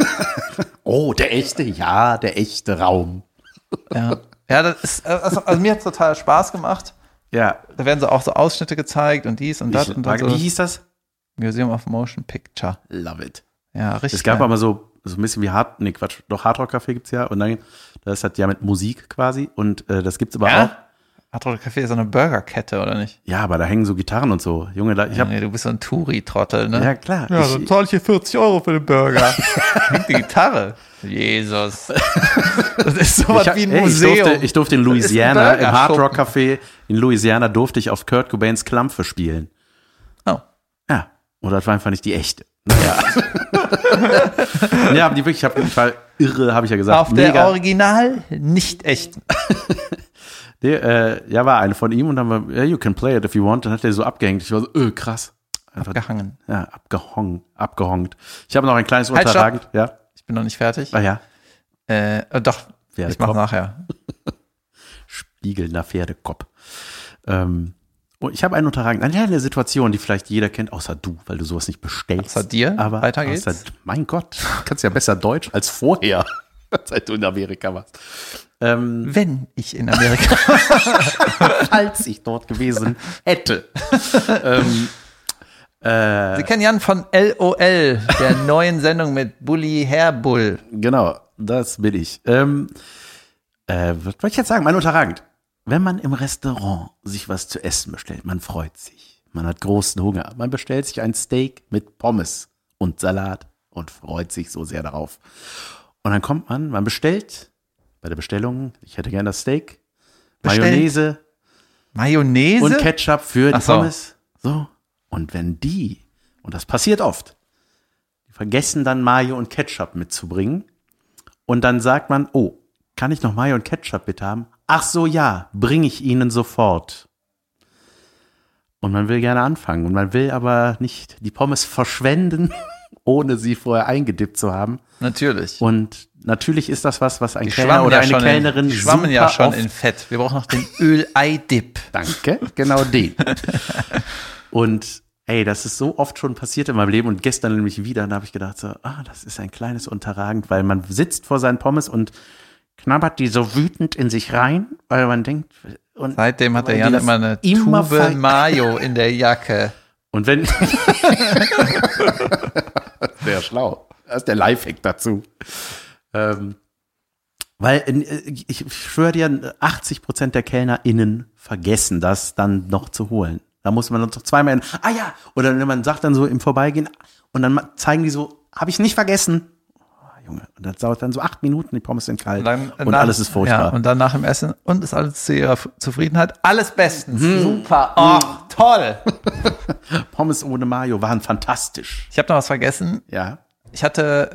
A: Oh, der echte Raum.
B: Ja, das ist, also mir hat es total Spaß gemacht.
A: Ja.
B: Da werden so auch so Ausschnitte gezeigt und dies und das. Und
A: so. Wie hieß das?
B: Museum of Motion Picture.
A: Love it.
B: Ja, richtig.
A: Es gab aber so ein bisschen wie Hard Rock Café gibt's ja. Und dann, das hat ja mit Musik quasi. Und das gibt's aber auch.
B: Hard Rock Café ist so eine Burgerkette, oder nicht?
A: Ja, aber da hängen so Gitarren und so. Junge,
B: nee, du bist so ein Touri-Trottel, ne?
A: Ja, klar.
B: Ja, dann zahle ich hier 40 € für den Burger. Die Gitarre. Jesus. Das ist sowas wie ein Museum.
A: Ich durfte in Louisiana, im Hard Rock Café in Louisiana, durfte ich auf Kurt Cobains Klampfe spielen.
B: Oh.
A: Ja. Und das war einfach nicht die echte. Ja. Ja, aber die wirklich, ich war irre, habe ich ja gesagt.
B: Auf der Original nicht echten.
A: Ja, war eine von ihm und dann war, you can play it if you want. Dann hat er so abgehängt. Ich war so, krass. Einfach,
B: Abgehangen.
A: Ja, abgehongt. Ich habe noch ein kleines
B: Halt,
A: Unterragend. Ja.
B: Ich bin noch nicht fertig.
A: Ah ja.
B: Doch, ich mach
A: Pferdekopf.
B: nachher.
A: Spiegelnder Pferdekopf. Und ich habe einen Unterragend. Eine Situation, die vielleicht jeder kennt, außer du, weil du sowas nicht bestellst.
B: Außer dir?
A: Aber
B: Weiter geht's.
A: Mein Gott, du kannst ja besser Deutsch als vorher, seit du in Amerika warst.
B: Wenn ich in Amerika
A: Als ich dort gewesen hätte.
B: Sie kennen Jan von LOL, der neuen Sendung mit Bully Herbull.
A: Genau, das bin ich. Was wollte ich jetzt sagen? Mein Unterragend. Wenn man im Restaurant sich was zu essen bestellt, man freut sich, man hat großen Hunger, man bestellt sich ein Steak mit Pommes und Salat und freut sich so sehr darauf. Und dann kommt man bestellt, bei der Bestellung, ich hätte gerne das Steak,
B: Bestellt.
A: Mayonnaise und
B: Mayonnaise?
A: Ketchup für die
B: Ach so.
A: Pommes. So. Und wenn die, und das passiert oft, die vergessen dann Mayo und Ketchup mitzubringen und dann sagt man, oh, kann ich noch Mayo und Ketchup bitte haben? Ach so, ja, bringe ich Ihnen sofort. Und man will gerne anfangen und man will aber nicht die Pommes verschwenden, ohne sie vorher eingedippt zu haben.
B: Natürlich.
A: Und natürlich ist das was ein
B: Die
A: Kellner
B: schwammen
A: oder
B: ja
A: eine
B: schon
A: Kellnerin
B: die schwammen ja
A: super
B: schon
A: oft-
B: in Fett. Wir brauchen noch den Öl-Ei-Dip.
A: Danke, genau den. Und ey, das ist so oft schon passiert in meinem Leben und gestern nämlich wieder, und da habe ich gedacht so, das ist ein kleines Unterragend, weil man sitzt vor seinen Pommes und knabbert die so wütend in sich rein, weil man denkt, und
B: Seitdem hat der
A: weil
B: Jan
A: die das
B: immer eine
A: immer
B: Tube Mayo in der Jacke.
A: und wenn sehr schlau. Das ist der Lifehack dazu. Weil ich schwöre dir, 80% der KellnerInnen vergessen das dann noch zu holen. Da muss man noch zweimal ja, oder man sagt dann so im Vorbeigehen und dann zeigen die so, habe ich nicht vergessen. Oh, Junge, und das dauert dann so 8 Minuten, die Pommes sind kalt und alles ist furchtbar.
B: Ja, und dann nach dem Essen und ist alles zu ihrer Zufriedenheit. Alles bestens. Super. Oh, toll.
A: Pommes ohne Mayo waren fantastisch.
B: Ich habe noch was vergessen.
A: Ja.
B: Ich hatte,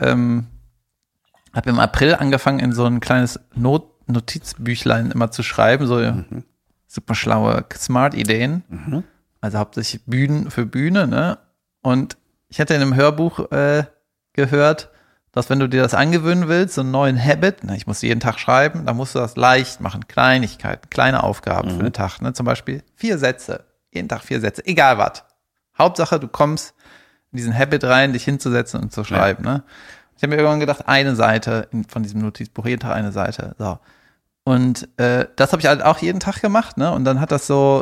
B: habe im April angefangen, in so ein kleines Notizbüchlein immer zu schreiben, so super schlaue Smart-Ideen. Also hauptsächlich für Bühne, ne? Und ich hatte in einem Hörbuch gehört, dass wenn du dir das angewöhnen willst, so einen neuen Habit, ich muss jeden Tag schreiben, dann musst du das leicht machen. Kleinigkeiten, kleine Aufgaben für den Tag, ne? Zum Beispiel 4 Sätze. Jeden Tag 4 Sätze, egal was. Hauptsache, du kommst in diesen Habit rein, dich hinzusetzen und zu schreiben, ne? Ich habe mir irgendwann gedacht, eine Seite von diesem Notizbuch, jeden Tag eine Seite. So. Und das habe ich halt auch jeden Tag gemacht, ne? Und dann hat das so,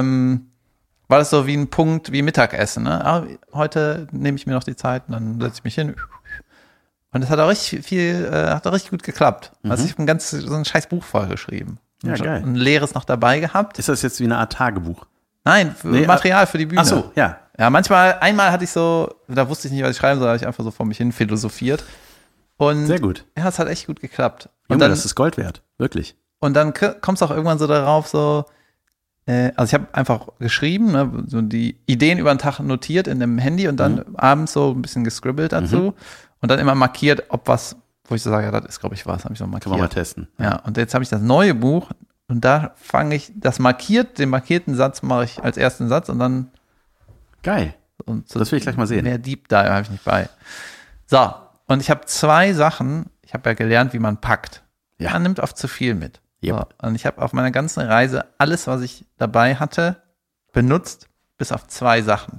B: war das so wie ein Punkt wie Mittagessen, ne? Heute nehme ich mir noch die Zeit und dann setze ich mich hin. Und das hat auch richtig viel, hat auch richtig gut geklappt. Also ich habe so ein scheiß Buch voll geschrieben.
A: Ja, geil.
B: Ein leeres noch dabei gehabt.
A: Ist das jetzt wie eine Art Tagebuch?
B: Nein, Material für die Bühne.
A: Ach so, ja.
B: Ja, einmal hatte ich so, da wusste ich nicht, was ich schreiben soll, habe ich einfach so vor mich hin philosophiert. Und
A: Sehr gut.
B: ja, es hat echt gut geklappt. Und
A: Junge,
B: dann,
A: das ist Gold wert. Wirklich.
B: und dann kommst du auch irgendwann so darauf, so, also ich habe einfach geschrieben, ne, so die Ideen über den Tag notiert in dem Handy und dann abends so ein bisschen gescribbelt dazu und dann immer markiert, ob was, wo ich so sage, ja, das ist, glaube ich, was, habe ich so markiert.
A: Kann man mal testen.
B: Ja, und jetzt habe ich das neue Buch und da fange ich, den markierten Satz mache ich als ersten Satz und dann
A: Geil.
B: und so
A: Das will ich gleich mal sehen.
B: mehr Deep Dive habe ich nicht bei. So, und ich habe 2 Sachen, ich habe ja gelernt, wie man packt.
A: Ja.
B: Man nimmt oft zu viel mit.
A: Yep.
B: So, und ich habe auf meiner ganzen Reise alles, was ich dabei hatte, benutzt, bis auf 2 Sachen.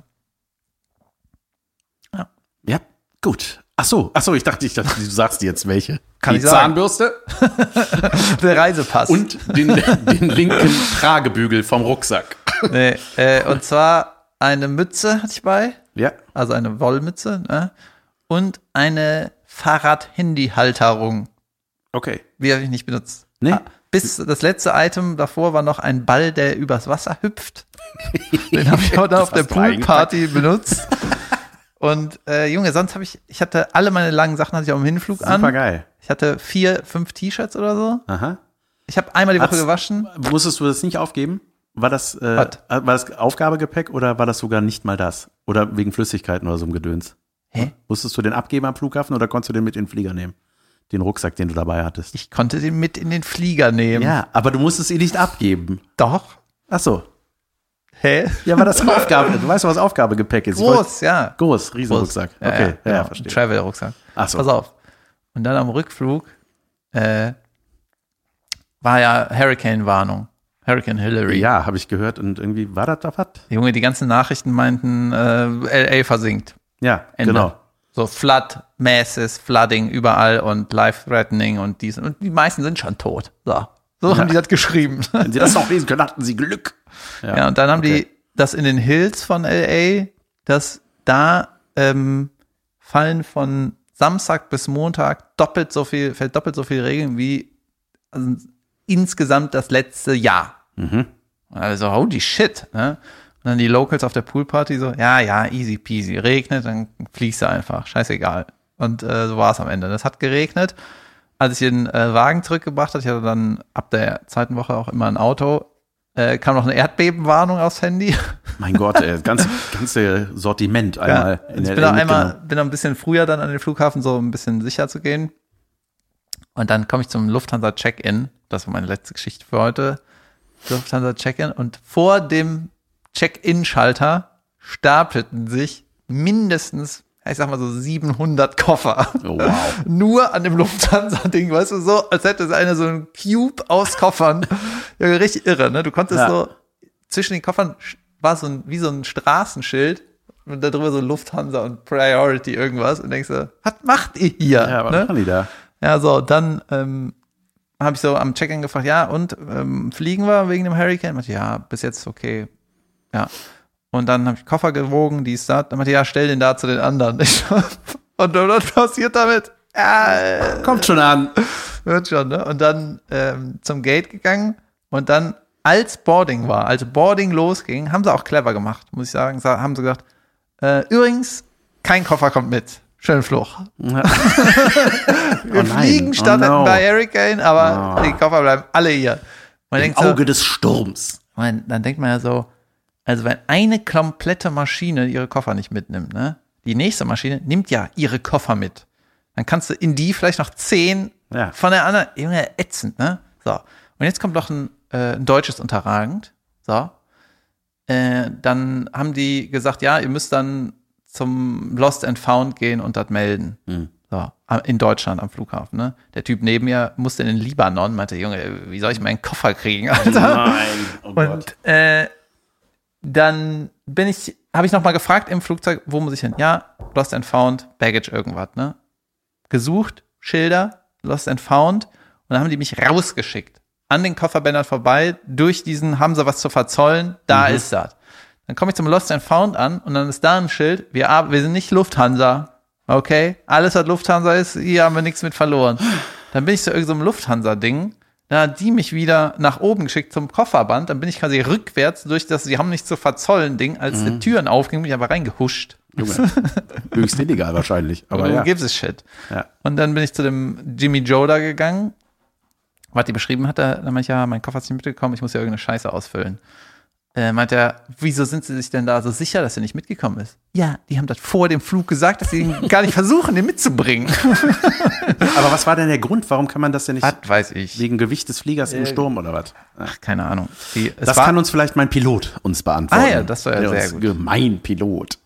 A: Ja, gut. Ach so, ich dachte, du sagst jetzt welche.
B: Kann
A: die
B: ich sagen.
A: Zahnbürste
B: Der Reisepass.
A: und den linken Tragebügel vom Rucksack.
B: Nee, und zwar eine Mütze hatte ich bei,
A: Ja.
B: also eine Wollmütze, ne? Und eine Fahrrad-Handy-Halterung.
A: Okay.
B: Die habe ich nicht benutzt.
A: Nee?
B: Bis das letzte Item davor war noch ein Ball, der übers Wasser hüpft. Den habe ich heute auf der
A: Hast du
B: Poolparty benutzt. Und Junge, sonst ich hatte alle meine langen Sachen hatte ich auch im Hinflug an.
A: Super geil.
B: Ich hatte 4, 5 T-Shirts oder so.
A: Aha.
B: Ich habe einmal die Woche
A: Hat's-
B: gewaschen.
A: Musstest du das nicht aufgeben? War das Aufgabegepäck oder war das sogar nicht mal das? Oder wegen Flüssigkeiten oder so ein Gedöns?
B: Hä?
A: Musstest du den abgeben am Flughafen oder konntest du den mit in den Flieger nehmen? Den Rucksack, den du dabei hattest.
B: Ich konnte den mit in den Flieger nehmen.
A: Ja, aber du musstest ihn nicht abgeben.
B: Doch.
A: Ach so.
B: Hä?
A: Ja, war das Aufgabe, du weißt, was Aufgabegepäck ist.
B: Groß, ja.
A: Groß, Riesenrucksack.
B: Ja,
A: Okay, ja,
B: genau.
A: verstehe.
B: Travel-Rucksack.
A: Ach so.
B: Pass auf. Und dann am Rückflug war ja Hurricane-Warnung. Hurricane Hillary.
A: Ja, habe ich gehört und irgendwie war das da was?
B: Junge, die ganzen Nachrichten meinten, LA versinkt.
A: Ja,
B: Ende.
A: genau.
B: So Flood, Masses, Flooding überall und Life-Threatening und dies. Und die meisten sind schon tot. So haben die das geschrieben.
A: Wenn sie das noch lesen können, hatten sie Glück.
B: Ja, und dann haben die das in den Hills von LA, dass da fallen von Samstag bis Montag fällt doppelt so viel Regen wie insgesamt das letzte Jahr.
A: Mhm.
B: Also, holy shit. Ne? Und dann die Locals auf der Poolparty so, ja, easy peasy. Regnet, dann fliegst du einfach. Scheißegal. Und so war es am Ende. Das hat geregnet. Als ich den Wagen zurückgebracht hatte, ich hatte dann ab der zweiten Woche auch immer ein Auto, kam noch eine Erdbebenwarnung aufs Handy.
A: Mein Gott, das ganze Sortiment einmal
B: in der Ich bin ein bisschen früher dann an den Flughafen, so ein bisschen sicher zu gehen. Und dann komme ich zum Lufthansa-Check-In. Das war meine letzte Geschichte für heute. Lufthansa-Check-In. Und vor dem Check-In-Schalter stapelten sich mindestens, ich sag mal so 700 Koffer.
A: Oh, wow.
B: Nur an dem Lufthansa-Ding, weißt du, so, als hätte es einer so einen Cube aus Koffern. Ja, richtig irre, ne? Du konntest so, zwischen den Koffern war so wie so ein Straßenschild und da drüber so Lufthansa und Priority irgendwas und denkst so, was macht ihr hier?
A: Ja, was
B: ne?
A: machen die da?
B: Ja, so, dann habe ich so am Check-in gefragt, ja, und fliegen wir wegen dem Hurricane? Meinte, ja, bis jetzt okay. Ja. Und dann habe ich Koffer gewogen, die ist da. Dann meinte, ja, stell den da zu den anderen. Und was passiert damit?
A: Kommt schon an.
B: Wird schon, ne? Und dann zum Gate gegangen und dann, als Boarding losging, haben sie auch clever gemacht, muss ich sagen. Haben sie gesagt, übrigens, kein Koffer kommt mit. Schönen Flug.
A: Ja.
B: Wir fliegen statt bei Hurricane, aber die Koffer bleiben alle hier.
A: Im Auge des Sturms.
B: Dann denkt man ja so, also wenn eine komplette Maschine ihre Koffer nicht mitnimmt, ne? Die nächste Maschine nimmt ja ihre Koffer mit. Dann kannst du in die vielleicht noch 10 von der anderen, Junge, ätzend, ne? So. Und jetzt kommt noch ein deutsches Unterragend. So. Dann haben die gesagt, ja, ihr müsst dann zum Lost and Found gehen und das melden. Mhm. So, in Deutschland am Flughafen, ne? Der Typ neben mir musste in den Libanon, meinte, Junge, wie soll ich meinen Koffer kriegen, Alter?
A: Nein, oh Gott.
B: Und dann habe ich noch mal gefragt im Flugzeug, wo muss ich hin? Ja, Lost and Found, Baggage irgendwas, ne? Gesucht, Schilder, Lost and Found und dann haben die mich rausgeschickt. An den Kofferbändern vorbei, durch diesen, haben sie was zu verzollen, da ist das. Dann komme ich zum Lost and Found an und dann ist da ein Schild, wir sind nicht Lufthansa, okay? Alles, was Lufthansa ist, hier haben wir nichts mit verloren. Dann bin ich zu irgendeinem Lufthansa-Ding, dann hat die mich wieder nach oben geschickt zum Kofferband, dann bin ich quasi rückwärts durch das, sie haben nichts zu verzollen Ding, als die Türen aufgingen, bin ich aber reingehuscht.
A: Junge, höchst illegal wahrscheinlich, aber ja.
B: Gives a shit.
A: Ja.
B: Und dann bin ich zu dem Jimmy Joe da gegangen, was die beschrieben hat, dann meinte ich, ja, mein Koffer ist nicht mitgekommen, ich muss ja irgendeine Scheiße ausfüllen. Meint er, wieso sind sie sich denn da so sicher, dass er nicht mitgekommen ist? Ja, die haben das vor dem Flug gesagt, dass sie ihn gar nicht versuchen, den mitzubringen.
A: Aber was war denn der Grund? Warum kann man das denn nicht?
B: Was weiß ich.
A: Wegen Gewicht des Fliegers im Sturm oder was?
B: Ach, keine Ahnung.
A: Das kann uns vielleicht mein Pilot uns beantworten.
B: Ah ja, das war ja sehr gut.
A: Mein Pilot.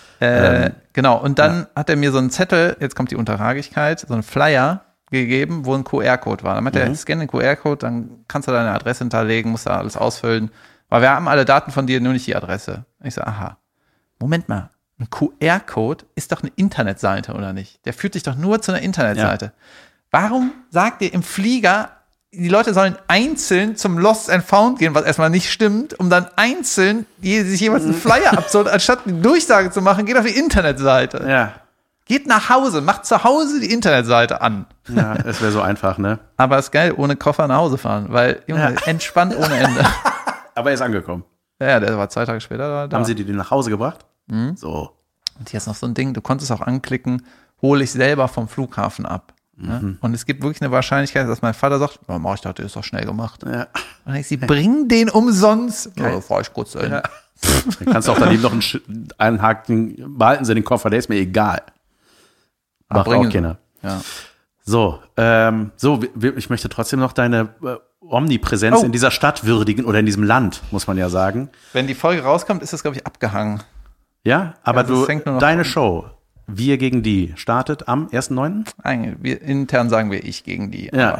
B: Genau, und dann hat er mir so einen Zettel, jetzt kommt die Unterragigkeit, so einen Flyer gegeben, wo ein QR-Code war. Dann meinte er, scanne den QR-Code, dann kannst du deine Adresse hinterlegen, musst da alles ausfüllen. Weil wir haben alle Daten von dir, nur nicht die Adresse. Ich so, aha. Moment mal, ein QR-Code ist doch eine Internetseite, oder nicht? Der führt dich doch nur zu einer Internetseite. Ja. Warum sagt ihr im Flieger, die Leute sollen einzeln zum Lost and Found gehen, was erstmal nicht stimmt, um dann einzeln sich jeweils einen Flyer abzuholen, anstatt eine Durchsage zu machen, geht auf die Internetseite.
A: Ja.
B: Geht nach Hause, macht zu Hause die Internetseite an.
A: Ja, es wäre so einfach, ne?
B: Aber ist geil, ohne Koffer nach Hause fahren, weil, Junge, entspannt ohne Ende.
A: Aber er ist angekommen.
B: Ja, der war 2 Tage später da.
A: Haben sie den nach Hause gebracht?
B: Mhm.
A: So.
B: Und hier ist noch so ein Ding, du konntest auch anklicken, hole ich selber vom Flughafen ab. Ne? Und es gibt wirklich eine Wahrscheinlichkeit, dass mein Vater sagt, ich dachte, das ist doch schnell gemacht.
A: Ja.
B: Und ich sie bringen den umsonst. Ja, fahr ich kurz hin.
A: Ja. Dann kannst du auch daneben noch einen Haken, behalten Sie den Koffer, der ist mir egal. Macht auch keiner.
B: Ja.
A: So, ich möchte trotzdem noch deine Omnipräsenz in dieser Stadt würdigen oder in diesem Land, muss man ja sagen.
B: Wenn die Folge rauskommt, ist das, glaube ich, abgehangen.
A: Ja, aber
B: Also es fängt nur noch
A: deine
B: an.
A: Show, Wir gegen die, startet am 1.9.?
B: Intern sagen wir ich gegen die.
A: Ja.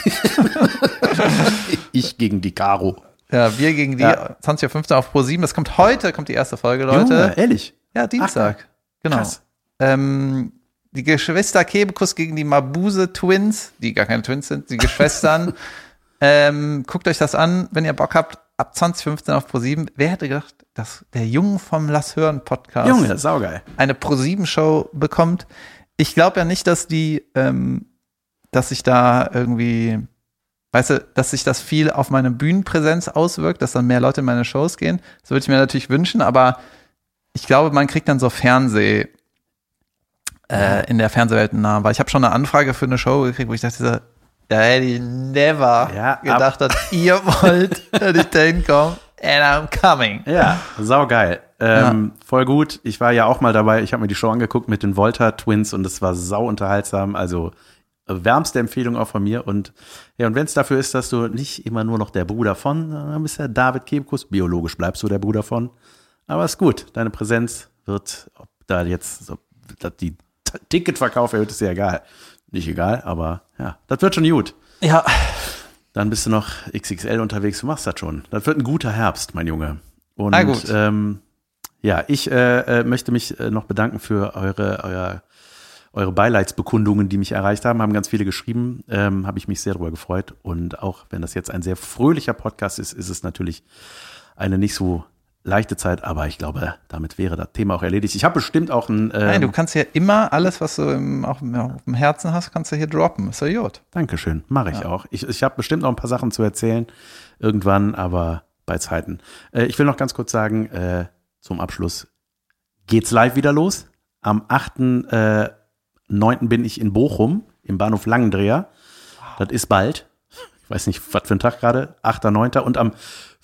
A: Ich gegen die Caro.
B: Ja, wir gegen die, 20.15 Uhr auf Pro7. Das kommt heute, kommt die erste Folge, Leute.
A: Junge, ehrlich?
B: Ja, Dienstag. Genau.
A: Krass.
B: Die Geschwister Kebekus gegen die Mabuse Twins, die gar keine Twins sind, die Geschwistern. Guckt euch das an, wenn ihr Bock habt, ab 2015 auf Pro7. Wer hätte gedacht, dass der Jungen vom Lass hören Podcast
A: Junge, saugeil.
B: eine Pro7-Show bekommt? Ich glaube ja nicht, dass dass sich da irgendwie, weißt du, dass sich das viel auf meine Bühnenpräsenz auswirkt, dass dann mehr Leute in meine Shows gehen. Das würde ich mir natürlich wünschen, aber ich glaube, man kriegt dann so in der Fernsehwelt einen Namen, weil ich habe schon eine Anfrage für eine Show gekriegt, wo ich dachte, da hätte ich never gedacht, dass ihr wollt, dass ich da hinkomme. And I'm coming.
A: Ja, saugeil. Voll gut. Ich war ja auch mal dabei. Ich habe mir die Show angeguckt mit den Volta Twins und es war sau unterhaltsam. Also wärmste Empfehlung auch von mir. Und ja, und wenn es dafür ist, dass du nicht immer nur noch der Bruder von, dann bist ja David Kebekus. Biologisch bleibst du der Bruder von. Aber ist gut. Deine Präsenz wird, ob da jetzt die Ticketverkauf erhöht, ist ja egal. Nicht egal, aber ja, das wird schon gut.
B: Ja.
A: Dann bist du noch XXL unterwegs, du machst das schon. Das wird ein guter Herbst, mein Junge. Und
B: Na gut.
A: Ich möchte mich noch bedanken für eure Beileidsbekundungen, die mich erreicht haben ganz viele geschrieben. Habe ich mich sehr darüber gefreut. Und auch wenn das jetzt ein sehr fröhlicher Podcast ist, ist es natürlich eine nicht so leichte Zeit, aber ich glaube, damit wäre das Thema auch erledigt. Ich habe bestimmt auch ein...
B: Nein, du kannst ja immer alles, was du auf dem Herzen hast, kannst du hier droppen. Ist ja gut.
A: Dankeschön, mache ich auch. Ich habe bestimmt noch ein paar Sachen zu erzählen irgendwann, aber bei Zeiten. Ich will noch ganz kurz sagen, zum Abschluss, geht's live wieder los. Am 8.9. bin ich in Bochum, im Bahnhof Langendreher. Das ist bald. Ich weiß nicht, was für ein Tag gerade. 8.9. Und am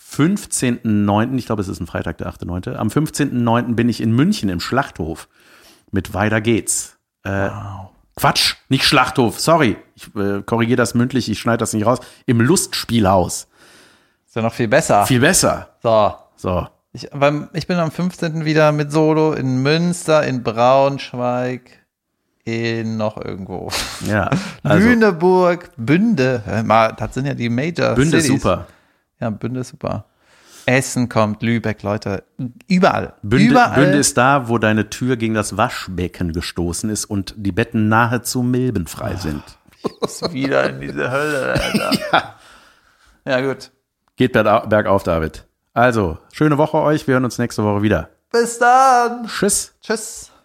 A: 15.9., ich glaube, es ist ein Freitag, der 8.9., am 15.9. bin ich in München im Schlachthof mit Weiter geht's.
B: Wow.
A: Quatsch, nicht Schlachthof, sorry. Ich korrigiere das mündlich, ich schneide das nicht raus. Im Lustspielhaus.
B: Ist ja noch viel besser.
A: Viel besser. So.
B: Ich bin am 15. wieder mit Solo in Münster, in Braunschweig, in noch irgendwo.
A: Ja. Also,
B: Lüneburg, Bünde. Hör mal, das sind ja die Major
A: Bünde ist
B: Cities.
A: super.
B: Ja, Bünde ist super. Essen kommt, Lübeck, Leute. Überall.
A: Bünde ist da, wo deine Tür gegen das Waschbecken gestoßen ist und die Betten nahezu milbenfrei sind.
B: Ist wieder in diese Hölle, Alter. Ja, gut.
A: Geht bergauf, David. Also, schöne Woche euch. Wir hören uns nächste Woche wieder.
B: Bis dann.
A: Tschüss.
B: Tschüss.